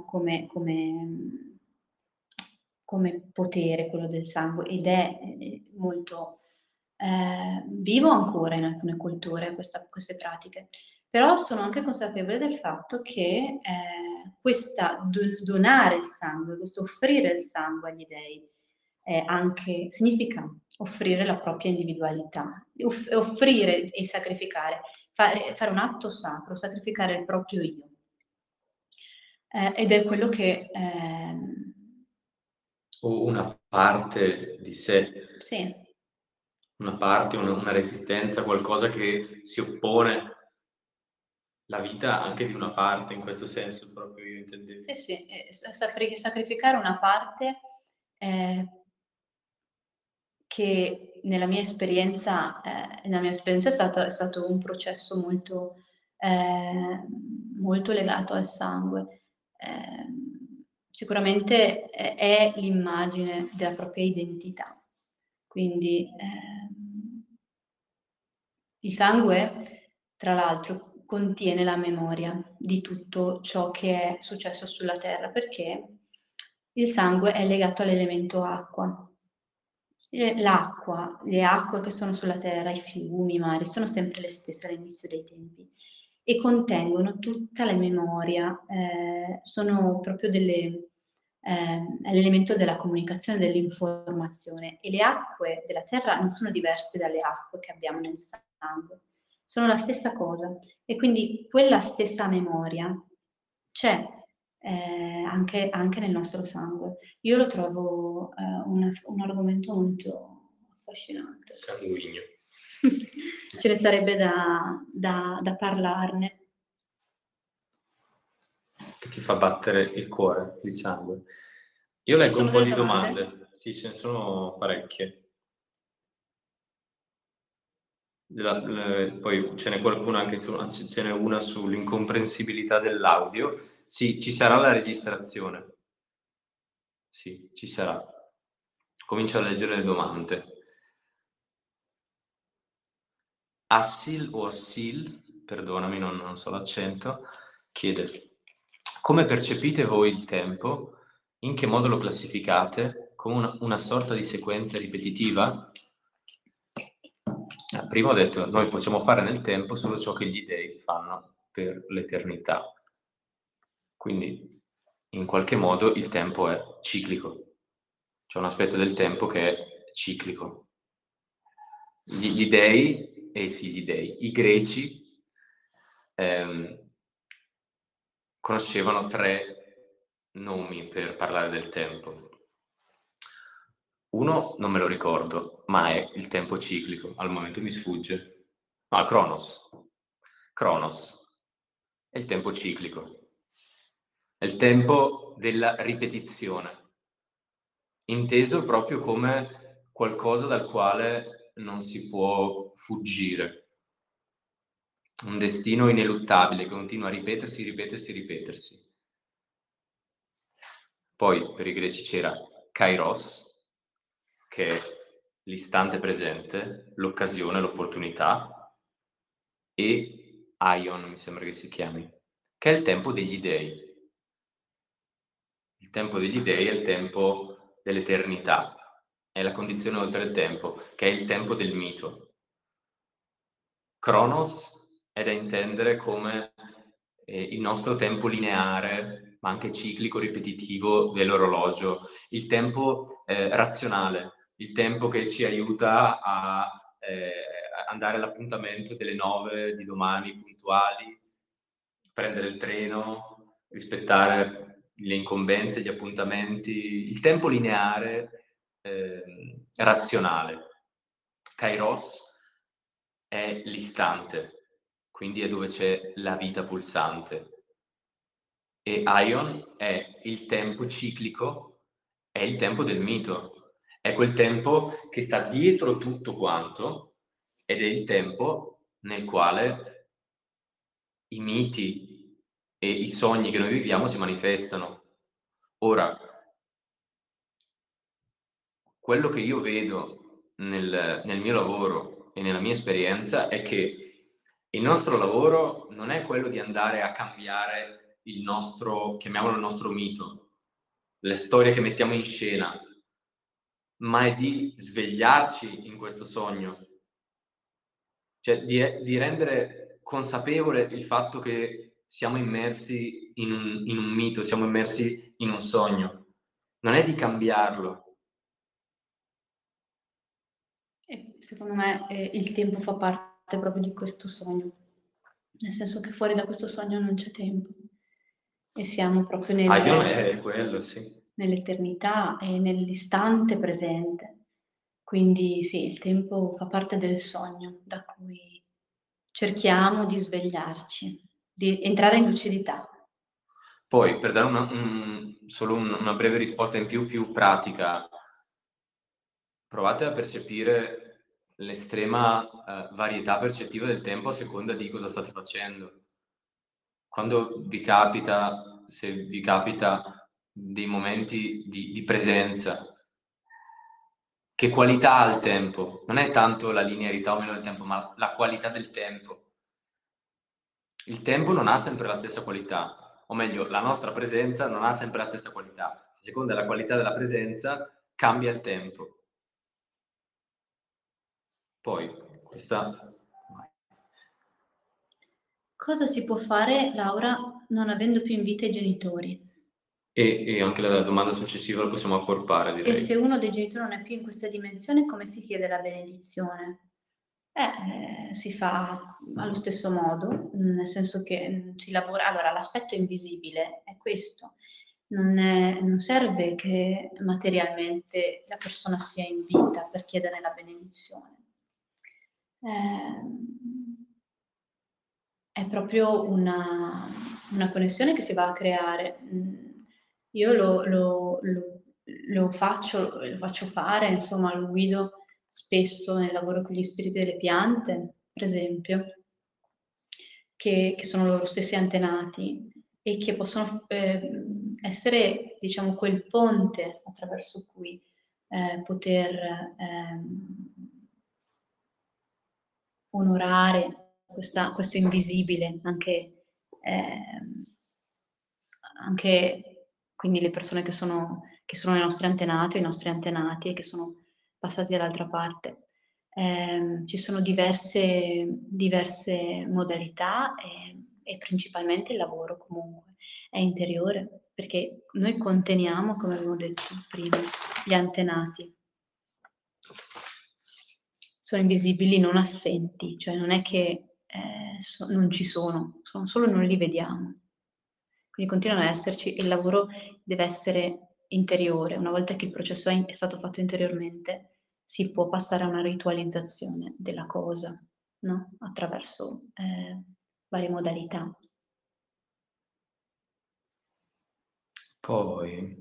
come potere quello del sangue, ed è molto vivo ancora in alcune culture queste pratiche. Però sono anche consapevole del fatto che questa donare il sangue, questo offrire il sangue agli dèi, anche significa offrire la propria individualità, offrire e sacrificare, fare un atto sacro, sacrificare il proprio io. Ed è quello che O una parte di sé, sì, una parte, una resistenza, qualcosa che si oppone. La vita anche di una parte, in questo senso proprio io intendevo. sì, sacrificare una parte, ehm, che nella mia esperienza è stato un processo molto legato al sangue. Sicuramente è l'immagine della propria identità. Quindi, il sangue, tra l'altro, contiene la memoria di tutto ciò che è successo sulla Terra, perché il sangue è legato all'elemento acqua. L'acqua, le acque che sono sulla Terra, i fiumi, i mari, sono sempre le stesse all'inizio dei tempi e contengono tutta la memoria, sono proprio è l'elemento della comunicazione, dell'informazione, e le acque della Terra non sono diverse dalle acque che abbiamo nel sangue, sono la stessa cosa, e quindi quella stessa memoria c'è, anche nel nostro sangue. Io lo trovo, un argomento molto affascinante. Sanguigno. Ce ne sarebbe da parlarne. Che ti fa battere il cuore, il sangue. Io Ci leggo un sono po' delle di domande? domande. Sì, ce ne sono parecchie. Poi ce n'è qualcuna anche anzi ce n'è una sull'incomprensibilità dell'audio. Sì, ci sarà la registrazione. Sì, ci sarà. Comincio a leggere le domande. Assil, perdonami, non so l'accento, chiede: come percepite voi il tempo? In che modo lo classificate? Come una sorta di sequenza ripetitiva? Prima ho detto, noi possiamo fare nel tempo solo ciò che gli dèi fanno per l'eternità. Quindi, in qualche modo, il tempo è ciclico. C'è un aspetto del tempo che è ciclico. Gli dèi, sì, gli dèi, i greci conoscevano 3 nomi per parlare del tempo. Uno non me lo ricordo, ma è il tempo ciclico, al momento mi sfugge. Ah, Cronos. Cronos è il tempo ciclico, è il tempo della ripetizione, inteso proprio come qualcosa dal quale non si può fuggire. Un destino ineluttabile che continua a ripetersi, ripetersi, ripetersi. Poi per i greci c'era Kairos, che è l'istante presente, l'occasione, l'opportunità, e Aion, mi sembra che si chiami, che è il tempo degli dèi. Il tempo degli dèi è il tempo dell'eternità, è la condizione oltre il tempo, che è il tempo del mito. Cronos è da intendere come il nostro tempo lineare, ma anche ciclico, ripetitivo dell'orologio, il tempo razionale, il tempo che ci aiuta a andare all'appuntamento delle 9 di domani puntuali, prendere il treno, rispettare le incombenze, gli appuntamenti, il tempo lineare razionale. Kairos è l'istante, quindi è dove c'è la vita pulsante. E Aion è il tempo ciclico, è il tempo del mito, è quel tempo che sta dietro tutto quanto ed è il tempo nel quale i miti e i sogni che noi viviamo si manifestano. Ora, quello che io vedo nel mio lavoro e nella mia esperienza è che Il nostro lavoro non è quello di andare a cambiare il nostro, chiamiamolo il nostro mito, le storie che mettiamo in scena, ma è di svegliarci in questo sogno, cioè di rendere consapevole il fatto che siamo immersi in un mito, siamo immersi in un sogno. Non è di cambiarlo. E secondo me, il tempo fa parte proprio di questo sogno, nel senso che fuori da questo sogno non c'è tempo e siamo proprio Aion è quello, sì. nell'eternità e nell'istante presente. Quindi sì, il tempo fa parte del sogno da cui cerchiamo di svegliarci, di entrare in lucidità. Poi, per dare solo una breve risposta in più pratica, provate a percepire l'estrema varietà percettiva del tempo a seconda di cosa state facendo. Quando vi capita, se vi capita dei momenti di presenza, che qualità ha il tempo? Non è tanto la linearità o meno del tempo, ma la qualità del tempo. Il tempo non ha sempre la stessa qualità, o meglio, la nostra presenza non ha sempre la stessa qualità. A seconda della qualità della presenza cambia il tempo. Poi, questa... Cosa si può fare, Laura, non avendo più in vita i genitori? E anche la domanda successiva la possiamo accorpare, E direi. se uno dei genitori non è più in questa dimensione, come si chiede la benedizione? Si fa allo stesso modo, nel senso che si lavora. Allora, l'aspetto invisibile è questo: non serve che materialmente la persona sia in vita per chiedere la benedizione. È proprio una connessione che si va a creare. Io lo faccio fare, insomma, lo guido spesso nel lavoro con gli spiriti delle piante, per esempio, che sono loro stessi antenati e che possono essere, diciamo, quel ponte attraverso cui poter onorare questo invisibile, anche quindi le persone che sono i nostri antenati o i nostri antenati e che sono passati dall'altra parte. Ci sono diverse modalità e principalmente il lavoro comunque è interiore, perché noi conteniamo, come avevo detto prima, gli antenati. Sono invisibili, non assenti, cioè non è che non ci sono solo non li vediamo. Quindi continuano ad esserci e il lavoro deve essere interiore. Una volta che il processo è stato fatto interiormente, si può passare a una ritualizzazione della cosa, no? Attraverso varie modalità. Poi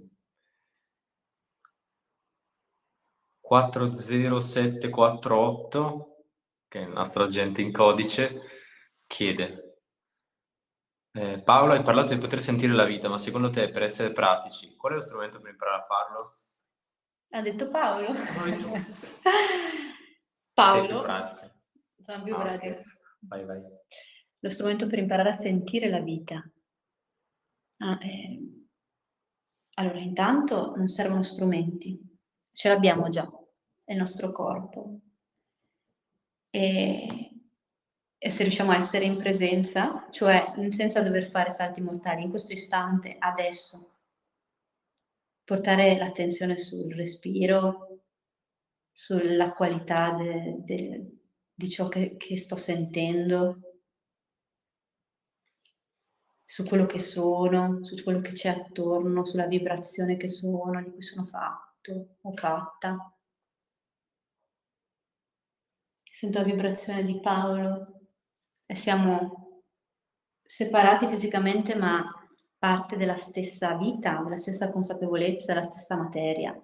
40748, che è il nostro agente in codice, chiede: Paolo, hai parlato di poter sentire la vita, ma secondo te, per essere pratici, qual è lo strumento per imparare a farlo? Ha detto Paolo? Vai tu. Sei più Paolo, pratica. sono più No, pratica. scherzo. Vai. Lo strumento per imparare a sentire la vita. Allora, intanto non servono strumenti, ce l'abbiamo già, è il nostro corpo. E se riusciamo a essere in presenza, cioè senza dover fare salti mortali, in questo istante, adesso, portare l'attenzione sul respiro, sulla qualità di ciò che sto sentendo, su quello che sono, su quello che c'è attorno, sulla vibrazione che sono, di cui sono fatto o fatta. Sento la vibrazione di Paolo e siamo separati fisicamente, ma parte della stessa vita, della stessa consapevolezza, della stessa materia.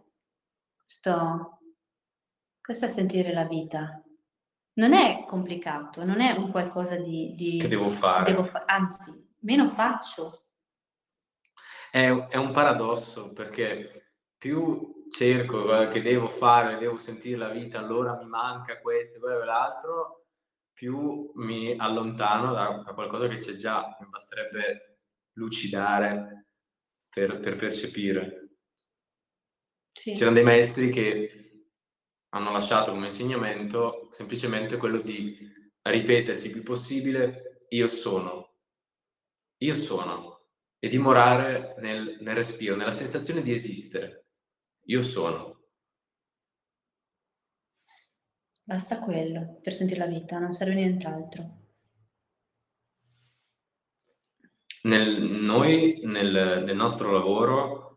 Questo è sentire la vita. Non è complicato, non è un qualcosa Che devo fare? anzi, meno faccio. È un paradosso, perché più cerco che devo fare, devo sentire la vita, allora mi manca questo e quello e l'altro, più mi allontano da qualcosa che c'è già, mi basterebbe lucidare per percepire. Sì. C'erano dei maestri che hanno lasciato come insegnamento semplicemente quello di ripetersi il più possibile io sono, e dimorare nel respiro, nella sensazione di esistere. Io sono. Basta quello per sentire la vita, non serve nient'altro. Nel nostro lavoro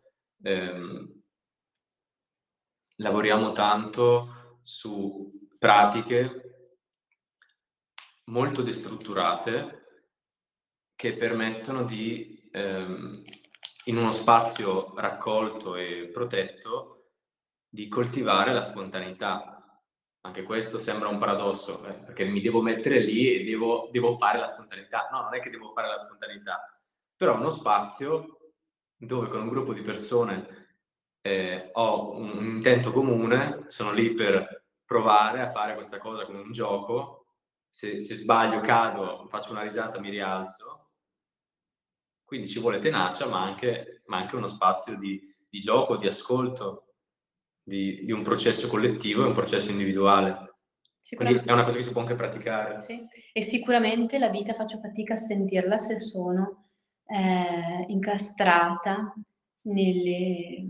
lavoriamo tanto su pratiche molto destrutturate che permettono di, in uno spazio raccolto e protetto, di coltivare la spontaneità. Anche questo sembra un paradosso, perché mi devo mettere lì e devo fare la spontaneità. No, non è che devo fare la spontaneità, però uno spazio dove con un gruppo di persone ho un intento comune, sono lì per provare a fare questa cosa come un gioco, se sbaglio cado, faccio una risata, mi rialzo. Quindi ci vuole tenacia, ma anche uno spazio di gioco, di ascolto, di un processo collettivo e un processo individuale. Quindi è una cosa che si può anche praticare. Sì. E sicuramente la vita faccio fatica a sentirla se sono incastrata nelle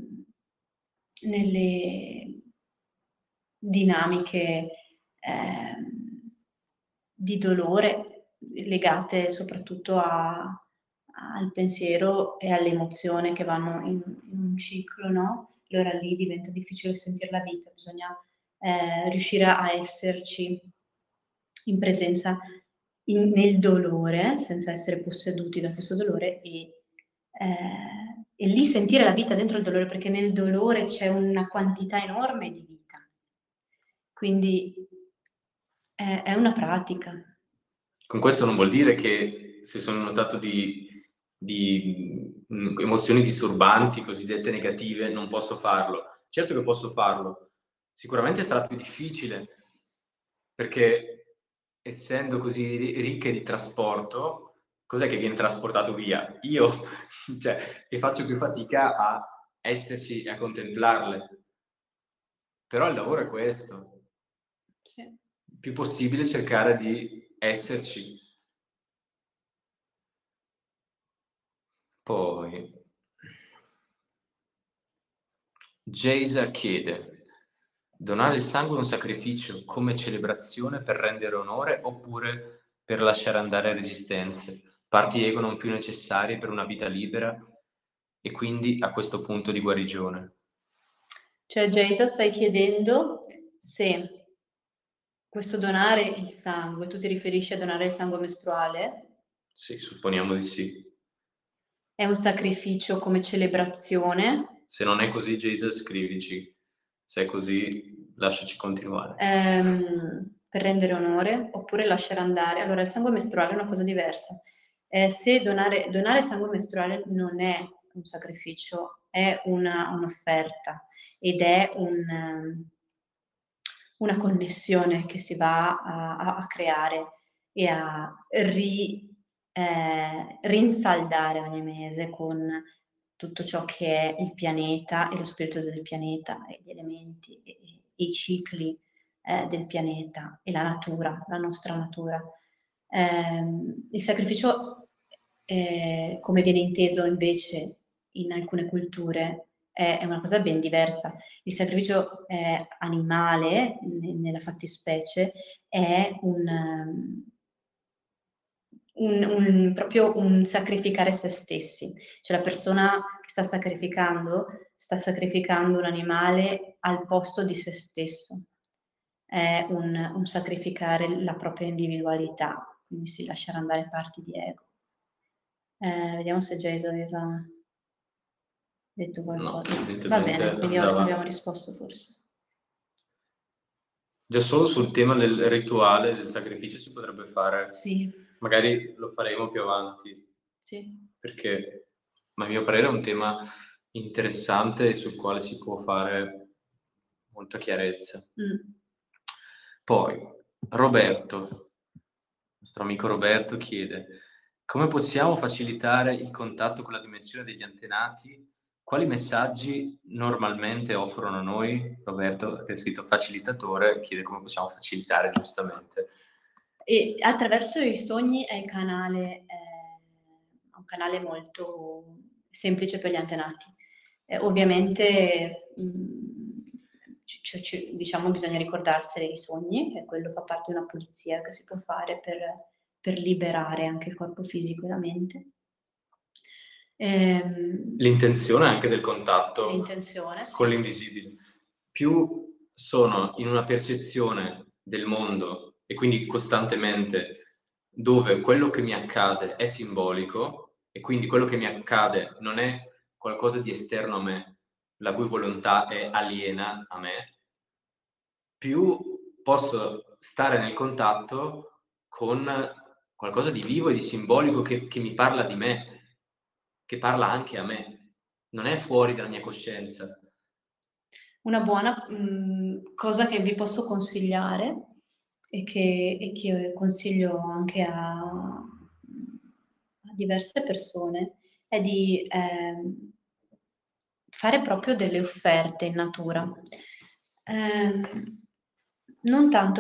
dinamiche di dolore legate soprattutto al pensiero e all'emozione che vanno in un ciclo, no? Allora lì diventa difficile sentire la vita, bisogna riuscire a esserci in presenza nel dolore, senza essere posseduti da questo dolore e lì sentire la vita dentro il dolore, perché nel dolore c'è una quantità enorme di vita. Quindi è una pratica. Con questo non vuol dire che se sono in uno stato di emozioni disturbanti, cosiddette negative, non posso farlo. Certo che posso farlo. Sicuramente sarà più difficile, perché essendo così ricche di trasporto, cos'è che viene trasportato via? Io, cioè, e faccio più fatica a esserci e a contemplarle. Però il lavoro è questo. Sì. Più possibile cercare di esserci. Poi Geisa chiede: donare il sangue è un sacrificio come celebrazione per rendere onore oppure per lasciare andare resistenze, parti ego non più necessarie per una vita libera e quindi a questo punto di guarigione? Cioè, Geisa, stai chiedendo se questo donare il sangue, tu ti riferisci a donare il sangue mestruale? Sì, supponiamo di sì. È un sacrificio come celebrazione? Se non è così, Geisa, scrivici. Se è così, lasciaci continuare. Per rendere onore oppure lasciare andare. Allora, il sangue mestruale è una cosa diversa. Se donare sangue mestruale non è un sacrificio, è un'offerta ed è una connessione che si va a creare e a rinsaldare ogni mese con tutto ciò che è il pianeta e lo spirito del pianeta e gli elementi e i cicli del pianeta e la natura, la nostra natura. Il sacrificio, come viene inteso invece in alcune culture, è una cosa ben diversa. Il sacrificio animale, nella fattispecie, è proprio un sacrificare se stessi. Cioè la persona che sta sacrificando un animale al posto di se stesso. È un sacrificare la propria individualità, quindi sì, lasciare andare parti di ego. Vediamo se Jason aveva detto No, qualcosa. Va evidentemente bene, quindi abbiamo risposto forse. Già solo sul tema del rituale, del sacrificio si potrebbe fare. Sì. Magari lo faremo più avanti. Sì. Perché, a mio parere, è un tema interessante e sul quale si può fare molta chiarezza. Poi, Roberto nostro amico Roberto chiede: come possiamo facilitare il contatto con la dimensione degli antenati? Quali messaggi normalmente offrono a noi? Roberto, che è scritto facilitatore, chiede come possiamo facilitare giustamente. E attraverso i sogni è un canale molto semplice per gli antenati. Ovviamente, diciamo, bisogna ricordarsene i sogni, e quello fa parte di una pulizia che si può fare per liberare anche il corpo fisico e la mente. L'intenzione anche del contatto L'intenzione, con sì. l'invisibile. Più sono in una percezione del mondo e quindi costantemente dove quello che mi accade è simbolico e quindi quello che mi accade non è qualcosa di esterno a me, la cui volontà è aliena a me, più posso stare nel contatto con qualcosa di vivo e di simbolico che mi parla di me, che parla anche a me, non è fuori dalla mia coscienza. Una buona cosa che vi posso consigliare e che consiglio anche a diverse persone è di fare proprio delle offerte in natura. Non tanto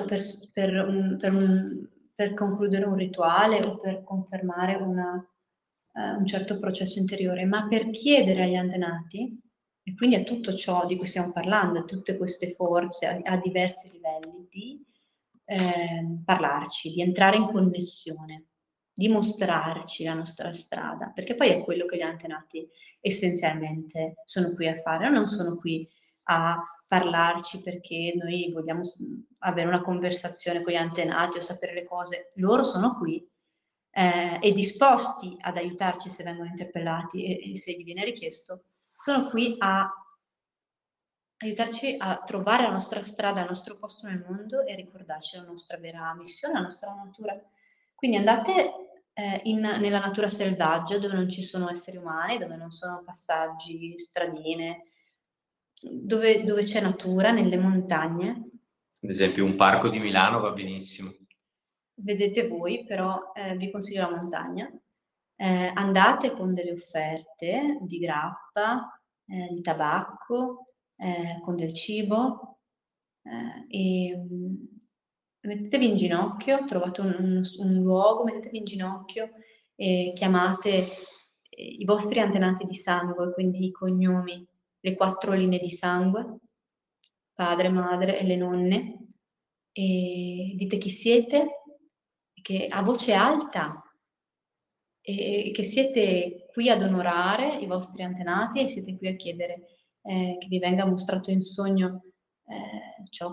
per concludere un rituale o per confermare un certo processo interiore, ma per chiedere agli antenati, e quindi a tutto ciò di cui stiamo parlando, a tutte queste forze a diversi livelli, di parlarci, di entrare in connessione, di mostrarci la nostra strada, perché poi è quello che gli antenati essenzialmente sono qui a fare, non sono qui a parlarci perché noi vogliamo avere una conversazione con gli antenati o sapere le cose. Loro sono qui e disposti ad aiutarci se vengono interpellati e se gli viene richiesto, sono qui a aiutarci a trovare la nostra strada, il nostro posto nel mondo e ricordarci la nostra vera missione, la nostra natura. Quindi andate nella natura selvaggia, dove non ci sono esseri umani, dove non sono passaggi, stradine, dove c'è natura, nelle montagne. Ad esempio un parco di Milano va benissimo. Vedete voi, però vi consiglio la montagna. Andate con delle offerte di grappa, di tabacco, con del cibo, e mettetevi in ginocchio, trovate un luogo, mettetevi in ginocchio e chiamate i vostri antenati di sangue, quindi i cognomi, le 4 linee di sangue, padre, madre e le nonne, e dite chi siete, che a voce alta, e che siete qui ad onorare i vostri antenati e siete qui a chiedere che vi venga mostrato in sogno ciò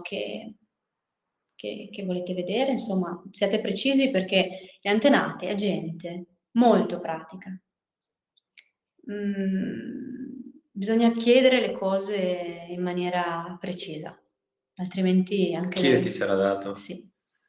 che volete vedere. Insomma, siate precisi, perché gli antenati è gente molto pratica. Bisogna chiedere le cose in maniera precisa, altrimenti anche Chiediti sarà dato. Sì.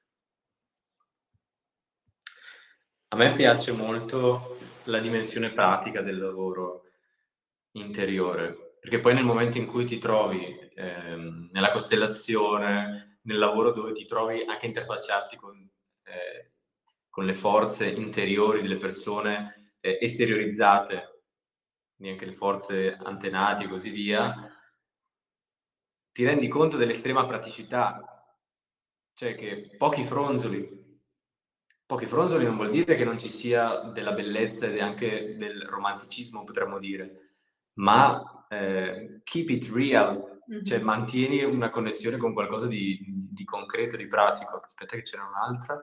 A me piace molto la dimensione pratica del lavoro interiore, perché poi nel momento in cui ti trovi nella costellazione, nel lavoro dove ti trovi anche a interfacciarti con le forze interiori delle persone esteriorizzate, quindi anche le forze antenati e così via, ti rendi conto dell'estrema praticità, cioè che pochi fronzoli non vuol dire che non ci sia della bellezza e anche del romanticismo, potremmo dire, ma keep it real, cioè mantieni una connessione con qualcosa di concreto, di pratico. Aspetta che c'era un'altra.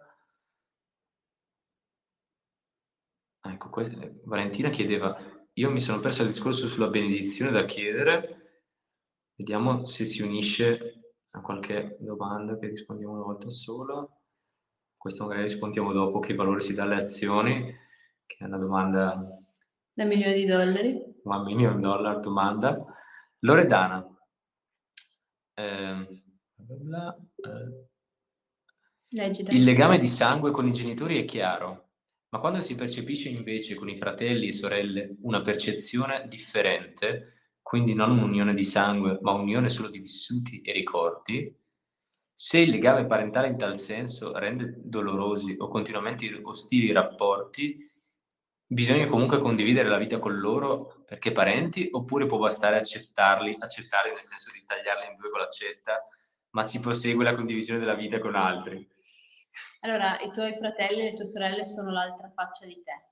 Ecco, Valentina chiedeva, io mi sono perso il discorso sulla benedizione da chiedere, vediamo se si unisce a qualche domanda che rispondiamo una volta sola. Questo magari rispondiamo dopo, che valore si dà alle azioni, che è una domanda da $1.000.000. $1 million domanda. Loredana. Il legame di sangue con i genitori è chiaro, ma quando si percepisce invece con i fratelli e sorelle una percezione differente, quindi non un'unione di sangue, ma un'unione solo di vissuti e ricordi, Se il legame parentale in tal senso rende dolorosi o continuamente ostili i rapporti, bisogna comunque condividere la vita con loro perché parenti, oppure può bastare accettarli nel senso di tagliarli in due con l'accetta, ma si prosegue la condivisione della vita con altri. Allora, i tuoi fratelli e le tue sorelle sono l'altra faccia di te.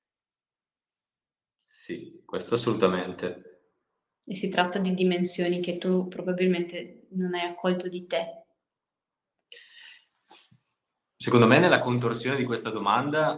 Sì, questo assolutamente. E si tratta di dimensioni che tu probabilmente non hai accolto di te. Secondo me nella contorsione di questa domanda,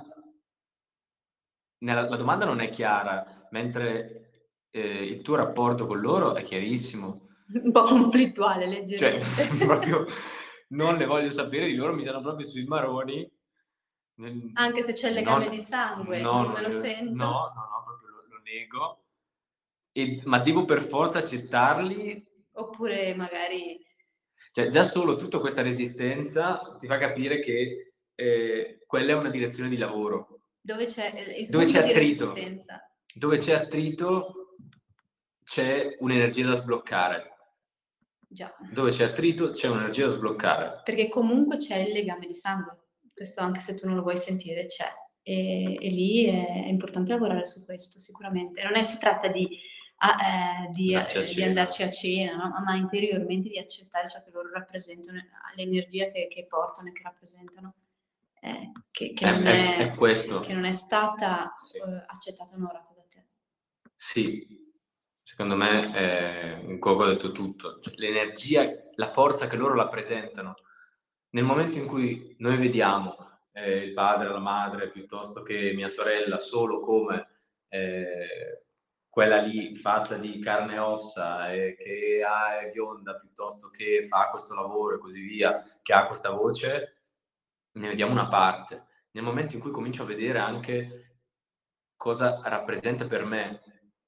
la domanda non è chiara, mentre il tuo rapporto con loro è chiarissimo. Un po' conflittuale, Cioè, leggermente. proprio non ne voglio sapere di loro, mi danno proprio sui maroni. Anche se c'è il legame di sangue, non me lo sento. No, proprio lo nego. Ma devo per forza accettarli? Oppure magari Cioè, già solo tutta questa resistenza ti fa capire che quella è una direzione di lavoro. dove c'è il Dove punto c'è di attrito, resistenza. dove c'è attrito c'è un'energia da sbloccare. Già. Dove c'è attrito c'è un'energia da sbloccare. Perché comunque c'è il legame di sangue. Questo anche se tu non lo vuoi sentire c'è. E lì è importante lavorare su questo sicuramente. Non si tratta di andarci a cena, no? Ma interiormente di accettare ciò che loro rappresentano, l'energia che portano e che rappresentano, che È questo. non è stata Sì. accettata e onorata da te. Sì, secondo me Coco ha detto tutto. Cioè, l'energia, la forza che loro rappresentano. Nel momento in cui noi vediamo il padre, la madre, piuttosto che mia sorella, solo come quella lì fatta di carne e ossa che è bionda, piuttosto che fa questo lavoro e così via, che ha questa voce, ne vediamo una parte. Nel momento in cui comincio a vedere anche cosa rappresenta per me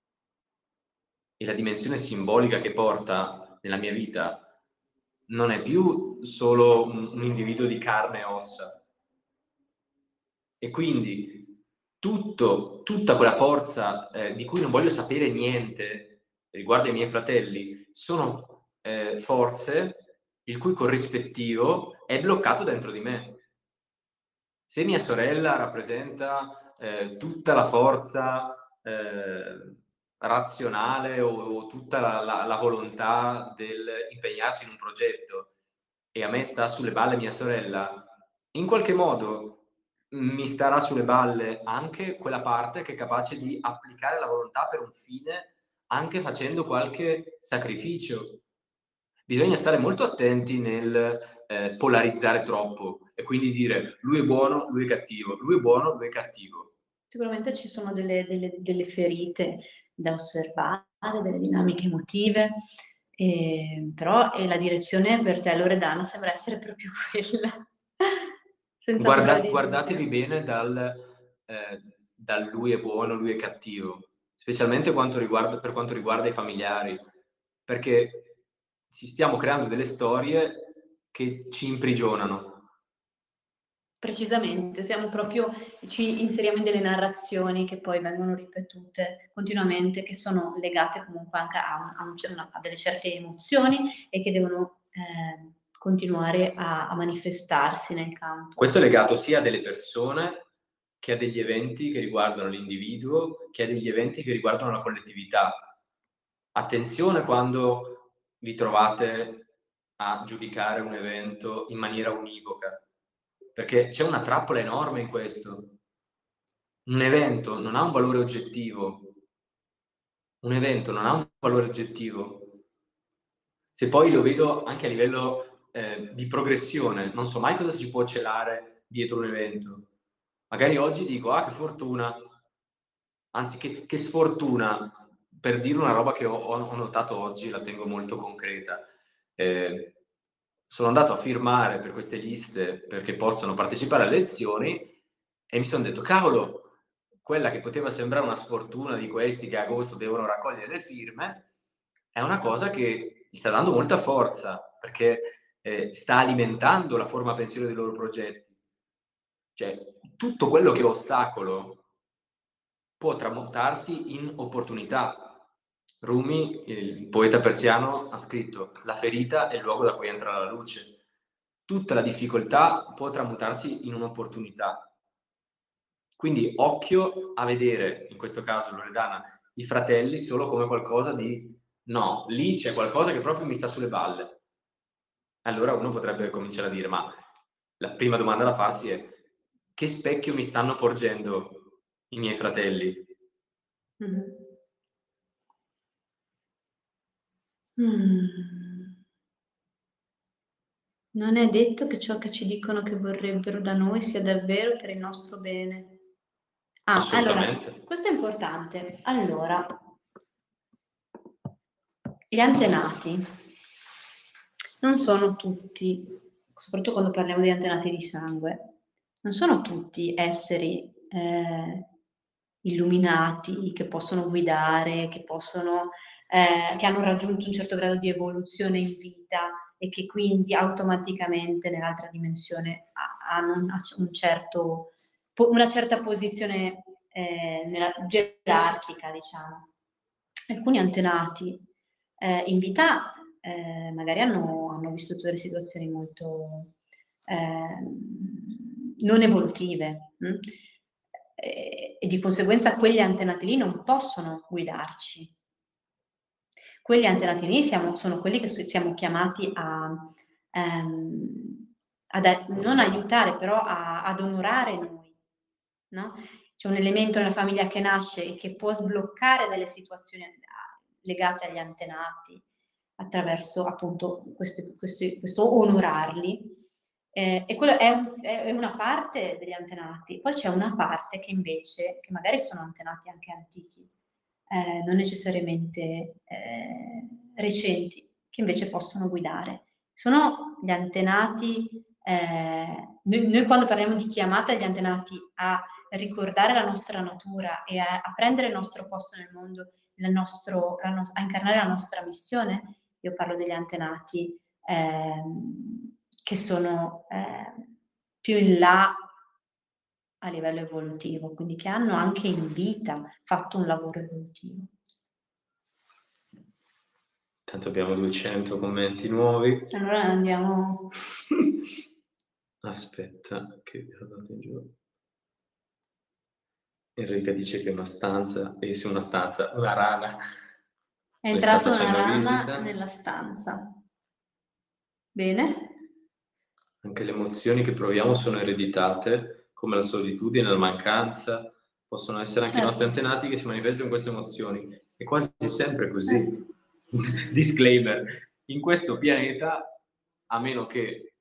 e la dimensione simbolica che porta nella mia vita, non è più solo un individuo di carne e ossa. E quindi tutta quella forza di cui non voglio sapere niente riguardo ai miei fratelli, sono forze il cui corrispettivo è bloccato dentro di me. Se mia sorella rappresenta tutta la forza razionale o tutta la volontà del impegnarsi in un progetto e a me sta sulle balle mia sorella, in qualche modo mi starà sulle balle anche quella parte che è capace di applicare la volontà per un fine, anche facendo qualche sacrificio. Bisogna stare molto attenti nel polarizzare troppo e quindi dire lui è buono, lui è cattivo, lui è buono, lui è cattivo. Sicuramente ci sono delle ferite da osservare, delle dinamiche emotive, però la direzione per te Loredana sembra essere proprio quella. Senza ombra di Guardatevi dubbio. bene dal lui è buono, lui è cattivo, specialmente per quanto riguarda i familiari, perché ci stiamo creando delle storie che ci imprigionano. Precisamente, ci inseriamo in delle narrazioni che poi vengono ripetute continuamente, che sono legate comunque anche a delle certe emozioni e che devono continuare a manifestarsi nel campo. Questo è legato sia a delle persone che a degli eventi che riguardano l'individuo, che a degli eventi che riguardano la collettività. Attenzione quando vi trovate a giudicare un evento in maniera univoca, perché c'è una trappola enorme in questo. Un evento non ha un valore oggettivo. Un evento non ha un valore oggettivo. Se poi lo vedo anche a livello di progressione, non so mai cosa si può celare dietro un evento. Magari oggi dico, ah, che fortuna, anzi che sfortuna, per dire una roba che ho notato oggi, la tengo molto concreta. Sono andato a firmare per queste liste perché possano partecipare alle elezioni e mi sono detto, cavolo, quella che poteva sembrare una sfortuna di questi che a agosto devono raccogliere le firme, è una cosa che gli sta dando molta forza, perché sta alimentando la forma pensiero dei loro progetti. Cioè, tutto quello che è ostacolo può tramutarsi in opportunità. Rumi, il poeta persiano, ha scritto: la ferita è il luogo da cui entra la luce. tutta la difficoltà può tramutarsi in un'opportunità. Quindi occhio a vedere, in questo caso Loredana, i fratelli solo come qualcosa di no, lì c'è qualcosa che proprio mi sta sulle balle. Allora uno potrebbe cominciare a dire, ma la prima domanda da farsi è: che specchio mi stanno porgendo i miei fratelli? Non è detto che ciò che ci dicono che vorrebbero da noi sia davvero per il nostro bene. Assolutamente. Allora, questo è importante. Allora, gli antenati non sono tutti, soprattutto quando parliamo di antenati di sangue, non sono tutti esseri illuminati, che possono guidare, che hanno raggiunto un certo grado di evoluzione in vita e che quindi automaticamente nell'altra dimensione hanno una certa posizione gerarchica, diciamo. Alcuni antenati in vita magari hanno vissuto delle situazioni molto non evolutive, e di conseguenza quegli antenati lì non possono guidarci. Quegli antenati lì sono quelli che siamo chiamati non aiutare, però ad onorare noi, no? C'è un elemento nella famiglia che nasce e che può sbloccare delle situazioni legate agli antenati attraverso appunto questo onorarli. E quello è una parte degli antenati. Poi c'è una parte che invece, che magari sono antenati anche antichi, non necessariamente recenti, che invece possono guidare. Sono gli antenati, noi quando parliamo di chiamata degli antenati a ricordare la nostra natura e a prendere il nostro posto nel mondo, a incarnare la nostra missione, io parlo degli antenati che sono più in là a livello evolutivo, quindi che hanno anche in vita fatto un lavoro evolutivo. Tanto abbiamo 200 commenti nuovi. Allora andiamo. Aspetta, che vi ho dato in giù. Enrica dice che è una stanza, una rana. È entrata una rana nella stanza. Bene. Anche le emozioni che proviamo sono ereditate, come la solitudine, la mancanza, possono essere anche i nostri antenati che si manifestano in queste emozioni. È quasi sempre così. Disclaimer: in questo pianeta, a meno che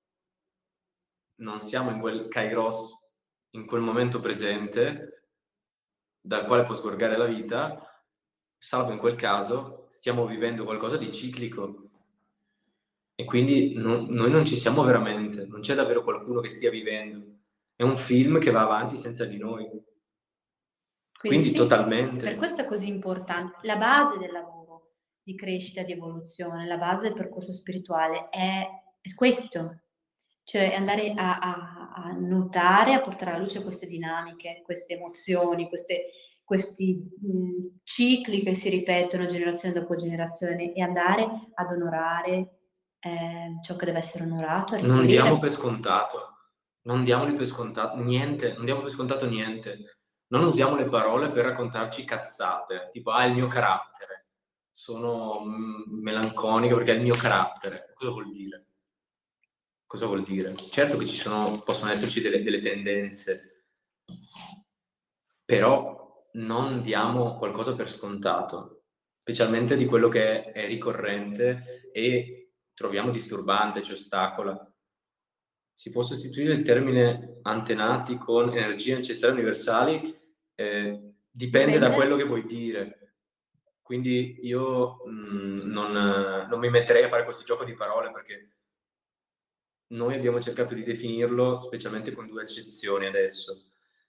non siamo in quel kairos, in quel momento presente, dal quale può sgorgare la vita, salvo in quel caso stiamo vivendo qualcosa di ciclico. E quindi noi non ci siamo veramente, non c'è davvero qualcuno che stia vivendo. È un film che va avanti senza di noi. Quindi sì, totalmente. Per questo è così importante. La base del lavoro di crescita, di evoluzione, la base del percorso spirituale è questo. Cioè andare a notare, a portare alla luce queste dinamiche, queste emozioni, questi cicli che si ripetono generazione dopo generazione e andare ad onorare ciò che deve essere onorato. Non diamo per scontato, non diamoli per scontato niente, non diamo per scontato niente. Non usiamo le parole per raccontarci cazzate, tipo il mio carattere, sono melanconico perché è il mio carattere. Cosa vuol dire? Cosa vuol dire? Certo che possono esserci delle tendenze, però non diamo qualcosa per scontato, specialmente di quello che è ricorrente e troviamo disturbante, ci ostacola. Si può sostituire il termine antenati con energie ancestrali universali? Dipende da quello che vuoi dire. Quindi io non mi metterei a fare questo gioco di parole, perché noi abbiamo cercato di definirlo, specialmente con 2 accezioni adesso.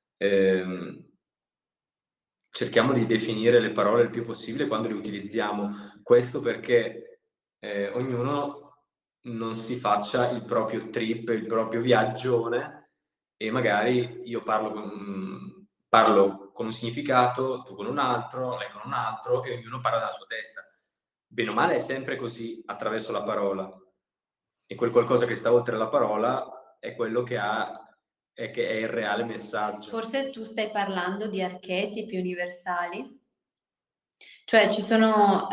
Cerchiamo di definire le parole il più possibile quando le utilizziamo. Questo perché ognuno non si faccia il proprio trip, il proprio viaggione, e magari io parlo con un significato, tu con un altro, lei con un altro, e ognuno parla dalla sua testa. Bene o male è sempre così attraverso la parola. e quel qualcosa che sta oltre la parola è quello che è il reale messaggio. Forse tu stai parlando di archetipi universali? Cioè ci sono,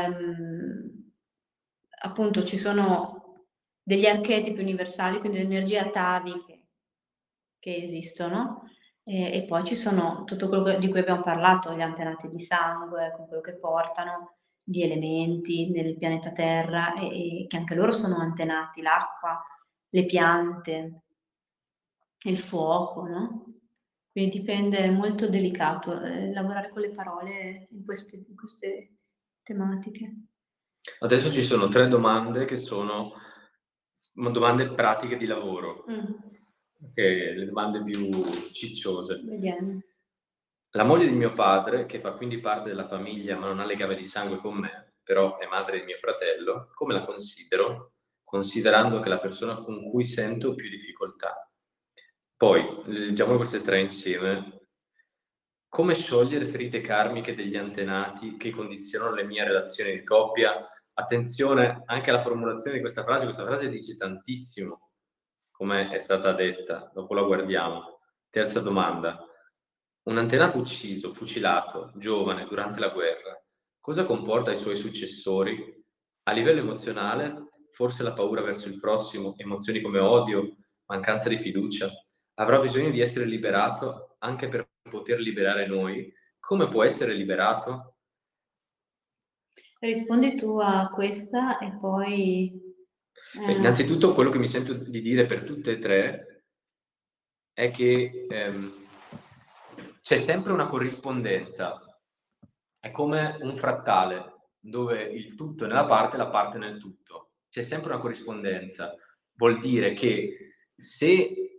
appunto, ci sono degli archetipi universali, quindi le energie ataviche che esistono, e poi ci sono tutto quello di cui abbiamo parlato, gli antenati di sangue, con quello che portano, gli elementi nel pianeta Terra, e che anche loro sono antenati, l'acqua, le piante, il fuoco, no? Quindi dipende, è molto delicato lavorare con le parole in queste tematiche. Adesso ci sono 3 domande che sono domande pratiche di lavoro, che le domande più cicciose. Vediamo. La moglie di mio padre, che fa quindi parte della famiglia ma non ha legame di sangue con me, però è madre di mio fratello, come la considero, considerando che è la persona con cui sento più difficoltà? Poi, leggiamo queste 3 insieme. Come sciogliere ferite karmiche degli antenati che condizionano le mie relazioni di coppia? Attenzione anche alla formulazione di questa frase dice tantissimo, come è stata detta, dopo la guardiamo. Terza domanda. Un antenato ucciso, fucilato, giovane, durante la guerra, cosa comporta ai suoi successori? A livello emozionale, forse la paura verso il prossimo, emozioni come odio, mancanza di fiducia. Avrà bisogno di essere liberato anche per poter liberare noi. Come può essere liberato? Rispondi tu a questa e poi... Innanzitutto quello che mi sento di dire per tutte e 3 è che c'è sempre una corrispondenza, è come un frattale dove il tutto è nella parte e la parte nel tutto. C'è sempre una corrispondenza. Vuol dire che se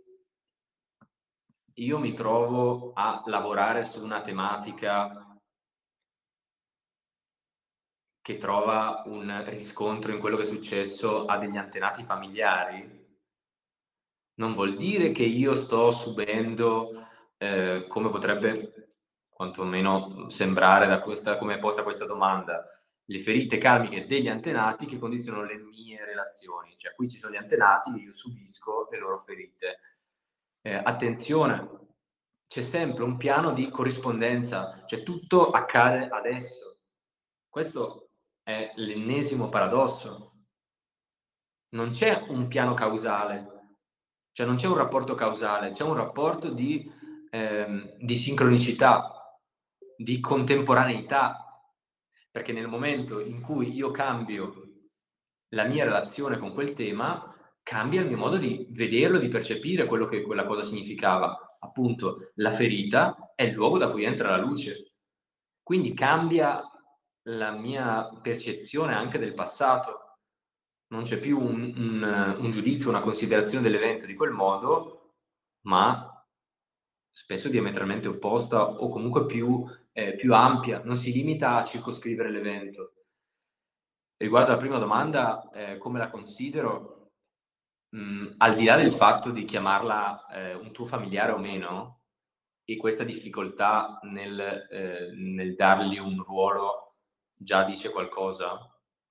io mi trovo a lavorare su una tematica che trova un riscontro in quello che è successo a degli antenati familiari, non vuol dire che io sto subendo, come potrebbe quantomeno sembrare da come è posta questa domanda, le ferite karmiche degli antenati che condizionano le mie relazioni. Cioè qui ci sono gli antenati e io subisco le loro ferite. Attenzione, c'è sempre un piano di corrispondenza, cioè tutto accade adesso. Questo è l'ennesimo paradosso. Non c'è un piano causale, cioè non c'è un rapporto causale, c'è un rapporto di sincronicità, di contemporaneità, perché nel momento in cui io cambio la mia relazione con quel tema, cambia il mio modo di vederlo, di percepire quello che quella cosa significava. Appunto, la ferita è il luogo da cui entra la luce. Quindi cambia la mia percezione anche del passato. Non c'è più un giudizio, una considerazione dell'evento di quel modo, ma spesso diametralmente opposta o comunque più ampia, non si limita a circoscrivere l'evento. Riguardo alla prima domanda, come la considero, al di là del fatto di chiamarla un tuo familiare o meno, e questa difficoltà nel dargli un ruolo già dice qualcosa,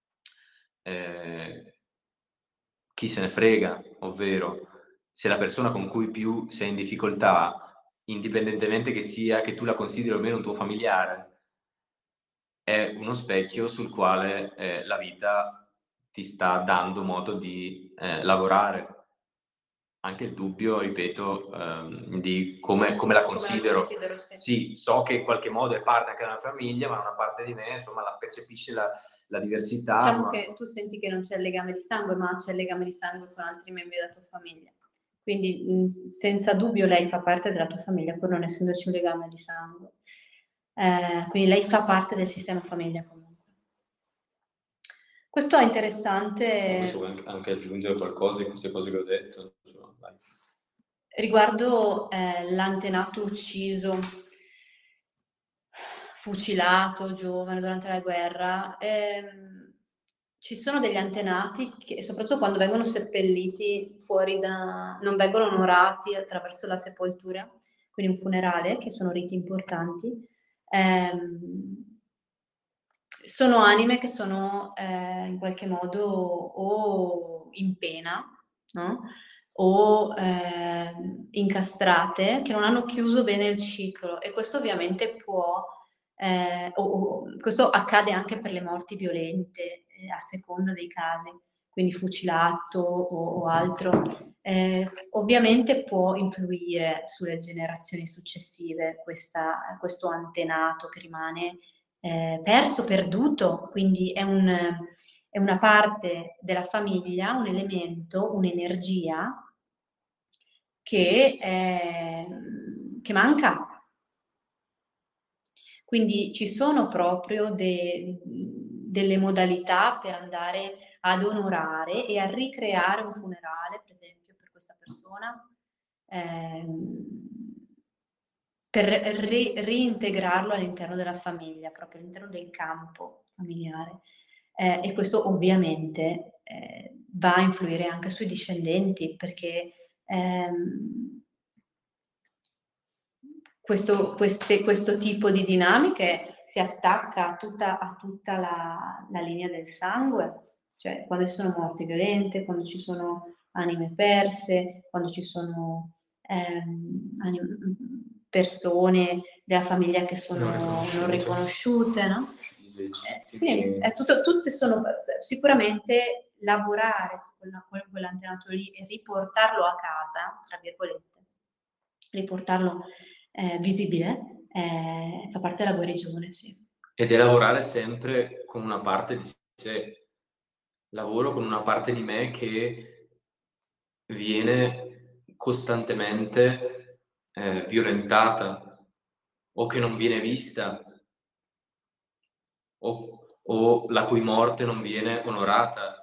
chi se ne frega, ovvero se la persona con cui più sei in difficoltà, indipendentemente che tu la consideri o meno un tuo familiare, è uno specchio sul quale la vita ti sta dando modo di lavorare. Anche il dubbio, ripeto, di come la considero. Sì, so che in qualche modo è parte anche della famiglia, ma una parte di me, insomma, la percepisce la diversità. Diciamo che tu senti che non c'è il legame di sangue, ma c'è il legame di sangue con altri membri della tua famiglia. Quindi senza dubbio lei fa parte della tua famiglia, pur non essendoci un legame di sangue. Quindi lei fa parte del sistema famiglia comunque. Questo è interessante. Posso anche aggiungere qualcosa di queste cose che ho detto. Insomma, vai. Riguardo l'antenato ucciso, fucilato, giovane durante la guerra, ci sono degli antenati che, soprattutto quando vengono seppelliti fuori non vengono onorati attraverso la sepoltura, quindi un funerale, che sono riti importanti, sono anime che sono in qualche modo o in pena, no? O incastrate, che non hanno chiuso bene il ciclo, e questo ovviamente può, questo accade anche per le morti violente, a seconda dei casi, quindi fucilato o altro. Ovviamente può influire sulle generazioni successive questo antenato che rimane perso, perduto, quindi è una parte della famiglia, un elemento, un'energia che manca. Quindi ci sono proprio delle modalità per andare ad onorare e a ricreare un funerale, per esempio, per questa persona, per reintegrarlo all'interno della famiglia, proprio all'interno del campo familiare. E questo ovviamente va a influire anche sui discendenti, perché questo tipo di dinamiche si attacca a tutta la linea del sangue, cioè quando ci sono morti violente, quando ci sono anime perse, quando ci sono persone della famiglia che sono non riconosciute, no? Sì, è tutto, tutte sono sicuramente lavorare su quell'antenato lì e riportarlo a casa, tra virgolette, riportarlo visibile, fa parte della guarigione, sì. Ed è lavorare sempre con una parte di sé. Lavoro con una parte di me che viene costantemente violentata o che non viene vista o la cui morte non viene onorata.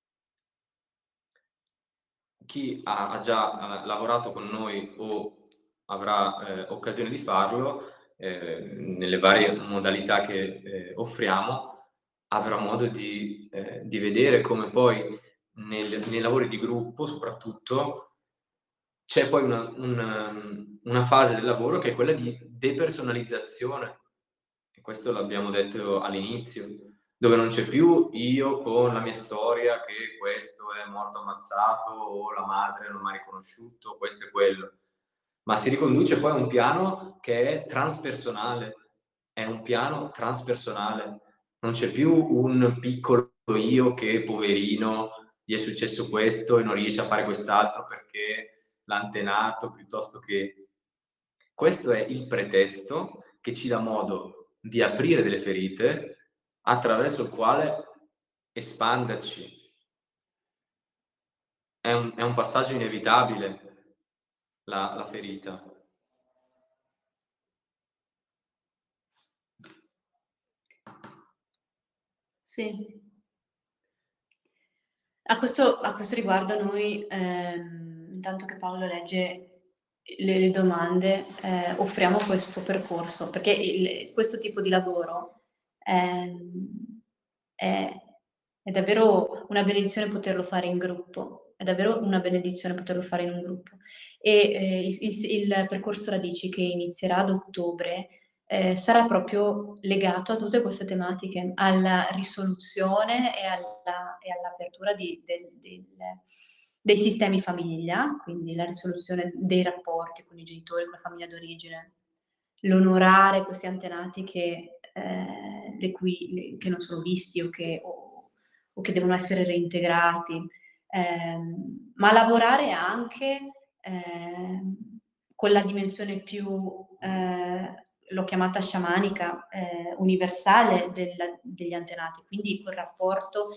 Chi ha già lavorato con noi o avrà occasione di farlo, nelle varie modalità che offriamo, avrà modo di vedere come poi nei lavori di gruppo soprattutto, c'è poi una fase del lavoro che è quella di depersonalizzazione, e questo l'abbiamo detto all'inizio, dove non c'è più io con la mia storia che questo è morto ammazzato o la madre non m'ha riconosciuto, questo e quello, ma si riconduce poi a un piano che è transpersonale, è un piano transpersonale. Non c'è più un piccolo io che poverino gli è successo questo e non riesce a fare quest'altro perché l'antenato, piuttosto che... Questo è il pretesto che ci dà modo di aprire delle ferite attraverso il quale espanderci. È un passaggio inevitabile la ferita. Sì. A questo riguardo noi, intanto che Paolo legge le domande, offriamo questo percorso, perché questo tipo di lavoro è davvero una benedizione poterlo fare in gruppo, è davvero una benedizione poterlo fare in un gruppo. E il percorso radici che inizierà ad ottobre sarà proprio legato a tutte queste tematiche, alla risoluzione e all'apertura dei sistemi famiglia, quindi la risoluzione dei rapporti con i genitori, con la famiglia d'origine, l'onorare questi antenati che non sono visti o che devono essere reintegrati, ma lavorare anche con la dimensione più l'ho chiamata sciamanica, universale degli antenati, quindi quel rapporto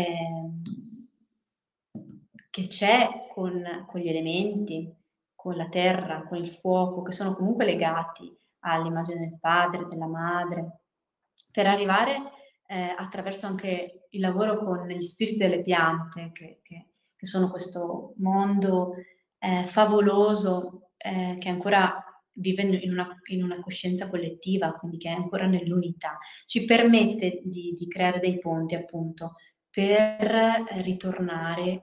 che c'è con gli elementi, con la terra, con il fuoco, che sono comunque legati all'immagine del padre, della madre, per arrivare attraverso anche il lavoro con gli spiriti delle piante, che sono questo mondo favoloso che ancora vive in una coscienza collettiva, quindi che è ancora nell'unità, ci permette di creare dei ponti, appunto, per ritornare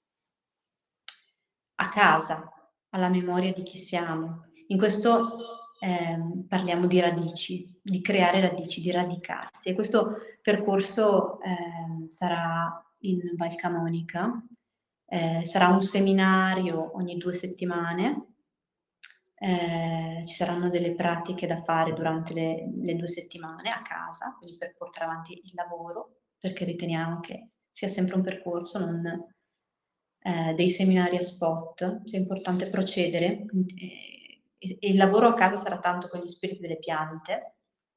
a casa, alla memoria di chi siamo. In questo parliamo di radici, di creare radici, di radicarsi. E questo percorso sarà in Val Camonica, sarà un seminario ogni 2 settimane, ci saranno delle pratiche da fare durante le 2 settimane a casa, quindi per portare avanti il lavoro, perché riteniamo che sia sempre un percorso, non dei seminari a spot, sia importante procedere, e il lavoro a casa sarà tanto con gli spiriti delle piante.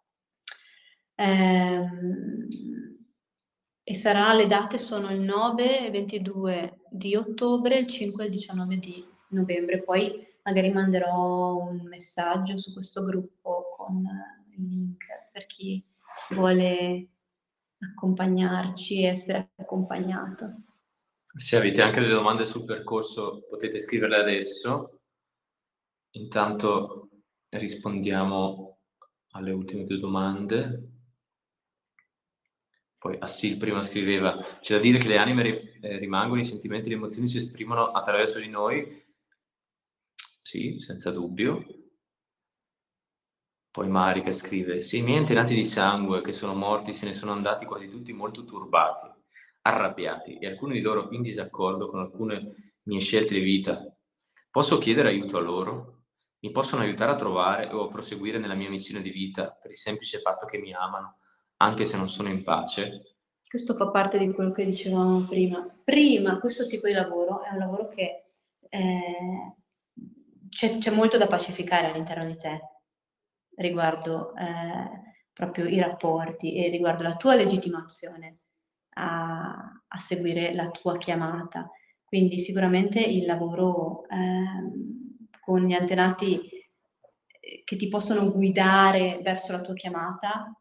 E le date sono il 9 e 22 di ottobre, il 5 e il 19 di novembre. Poi magari manderò un messaggio su questo gruppo con il link per chi vuole accompagnarci e essere accompagnato. Se avete anche delle domande sul percorso potete scriverle adesso. Intanto rispondiamo alle ultime 2 domande. Poi Assil prima scriveva: c'è da dire che le anime rimangono, i sentimenti e le emozioni si esprimono attraverso di noi. Sì, senza dubbio. Poi Marica scrive: se i miei antenati di sangue che sono morti se ne sono andati quasi tutti molto turbati, arrabbiati e alcuni di loro in disaccordo con alcune mie scelte di vita, posso chiedere aiuto a loro? Mi possono aiutare a trovare o a proseguire nella mia missione di vita per il semplice fatto che mi amano, anche se non sono in pace? Questo fa parte di quello che dicevamo prima. Prima, questo tipo di lavoro è un lavoro che c'è molto da pacificare all'interno di te riguardo proprio i rapporti e riguardo la tua legittimazione a seguire la tua chiamata. Quindi sicuramente il lavoro con gli antenati che ti possono guidare verso la tua chiamata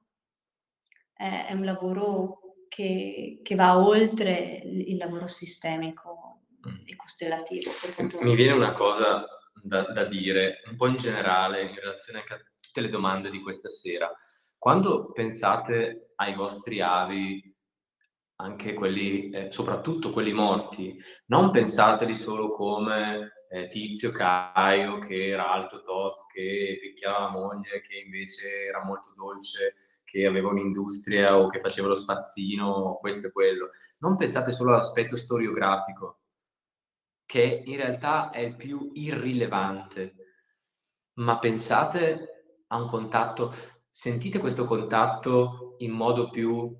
è un lavoro che va oltre il lavoro sistemico e costellativo. Mi viene una cosa da dire, un po' in generale, in relazione anche a tutte le domande di questa sera. Quando pensate ai vostri avi, anche quelli, soprattutto quelli morti, non pensateli solo come Tizio Caio che era alto tot, che picchiava la moglie, che invece era molto dolce, che aveva un'industria o che faceva lo spazzino, questo e quello. Non pensate solo all'aspetto storiografico, che in realtà è il più irrilevante, ma pensate a un contatto, sentite questo contatto in modo più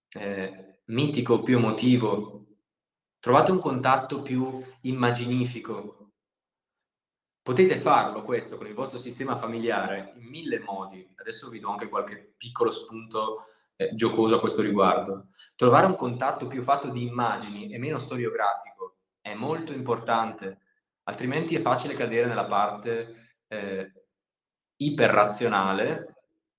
mitico, più emotivo, trovate un contatto più immaginifico. Potete farlo questo con il vostro sistema familiare in 1000 modi. Adesso vi do anche qualche piccolo spunto giocoso a questo riguardo. Trovare un contatto più fatto di immagini e meno storiografico è molto importante, altrimenti è facile cadere nella parte iperrazionale,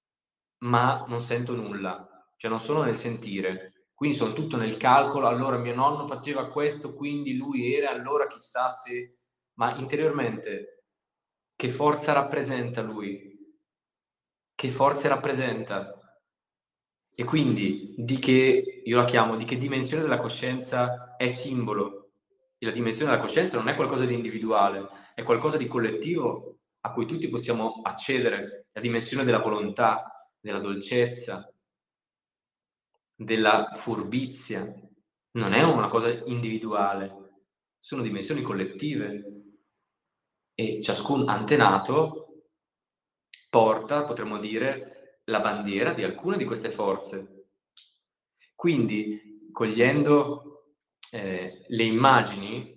ma non sento nulla, cioè non sono nel sentire, quindi sono tutto nel calcolo. Allora mio nonno faceva questo, quindi lui era, allora chissà se... Ma interiormente che forza rappresenta lui? Che forze rappresenta? E quindi di che, io la chiamo, di che dimensione della coscienza è simbolo? E la dimensione della coscienza non è qualcosa di individuale, è qualcosa di collettivo a cui tutti possiamo accedere, la dimensione della volontà, della dolcezza, della furbizia. Non è una cosa individuale, sono dimensioni collettive e ciascun antenato porta, potremmo dire, la bandiera di alcune di queste forze. Quindi, cogliendo le immagini,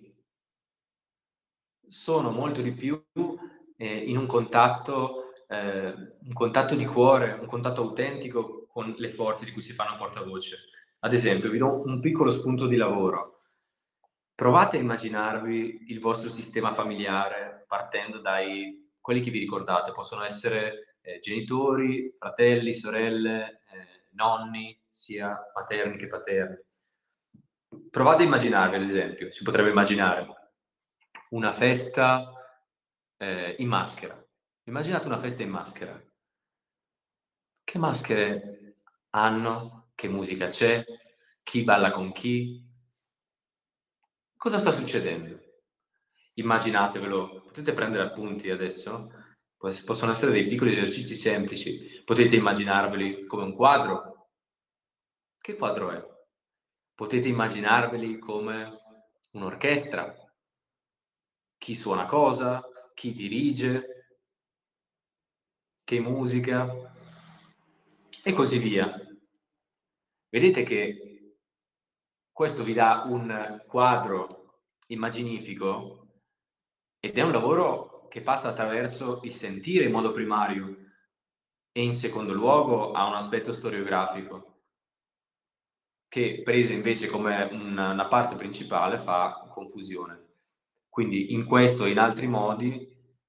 sono molto di più in un contatto di cuore, un contatto autentico con le forze di cui si fanno portavoce. Ad esempio, vi do un piccolo spunto di lavoro. Provate a immaginarvi il vostro sistema familiare partendo dai quelli che vi ricordate. Possono essere genitori, fratelli, sorelle, nonni, sia materni che paterni. Provate a immaginarvi, ad esempio, si potrebbe immaginare una festa in maschera. Immaginate una festa in maschera. Che maschere hanno? Che musica c'è? Chi balla con chi? Cosa sta succedendo? Immaginatevelo, potete prendere appunti adesso. Possono essere dei piccoli esercizi semplici. Potete immaginarveli come un quadro. Che quadro è? Potete immaginarveli come un'orchestra. Chi suona cosa, chi dirige, che musica e così via. Vedete che questo vi dà un quadro immaginifico ed è un lavoro che passa attraverso il sentire in modo primario e in secondo luogo ha un aspetto storiografico che preso invece come una parte principale fa confusione. Quindi in questo e in altri modi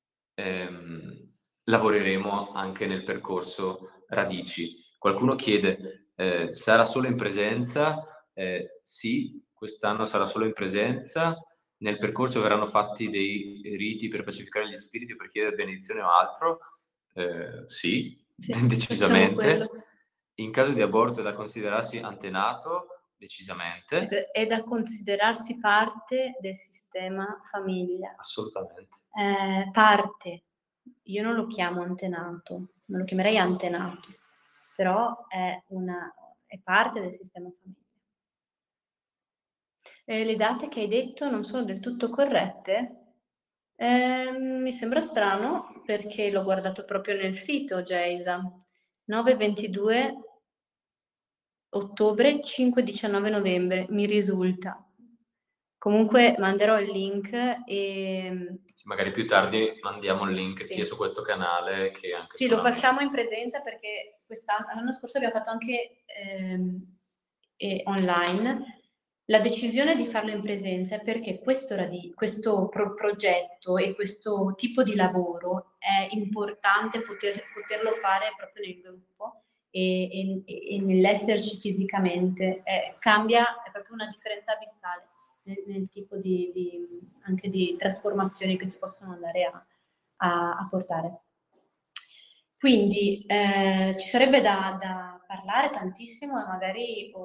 lavoreremo anche nel percorso Radici. Qualcuno chiede, sarà solo in presenza? Sì, quest'anno sarà solo in presenza. Nel percorso verranno fatti dei riti per pacificare gli spiriti, per chiedere benedizione o altro? Sì, decisamente. In caso di aborto è da considerarsi antenato? Decisamente. È da considerarsi parte del sistema famiglia. Assolutamente. Parte. Io non lo chiamo antenato, non lo chiamerei antenato, però è parte del sistema famiglia. Le date che hai detto non sono del tutto corrette? Mi sembra strano perché l'ho guardato proprio nel sito, Geisa. 9-22 ottobre, 5-19 novembre, mi risulta. Comunque manderò il link e... Sì, magari più tardi mandiamo il link Sì. sia su questo canale che anche Sì, sulla lo mail. facciamo in presenza perché l'anno scorso abbiamo fatto anche online. La decisione di farlo in presenza è perché questo progetto e questo tipo di lavoro è importante poterlo fare proprio nel gruppo e nell'esserci fisicamente. Cambia, è proprio una differenza abissale nel tipo anche di trasformazioni che si possono andare a portare. Quindi ci sarebbe da parlare tantissimo e magari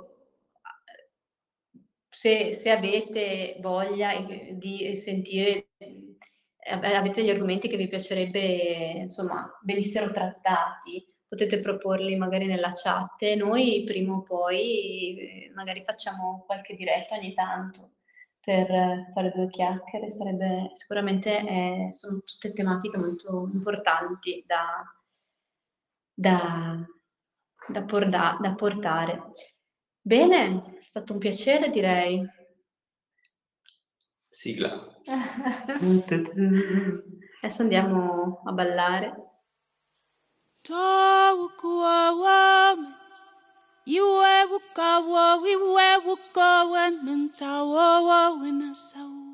se avete voglia di sentire, avete degli argomenti che vi piacerebbe, insomma, venissero trattati, potete proporli magari nella chat e noi prima o poi magari facciamo qualche diretta ogni tanto per fare due chiacchiere. Sicuramente sono tutte tematiche molto importanti da portare. Bene, è stato un piacere, direi. Sigla. Adesso andiamo a ballare. Iwe wukawa, iwe wukawa, nentawa, winasau.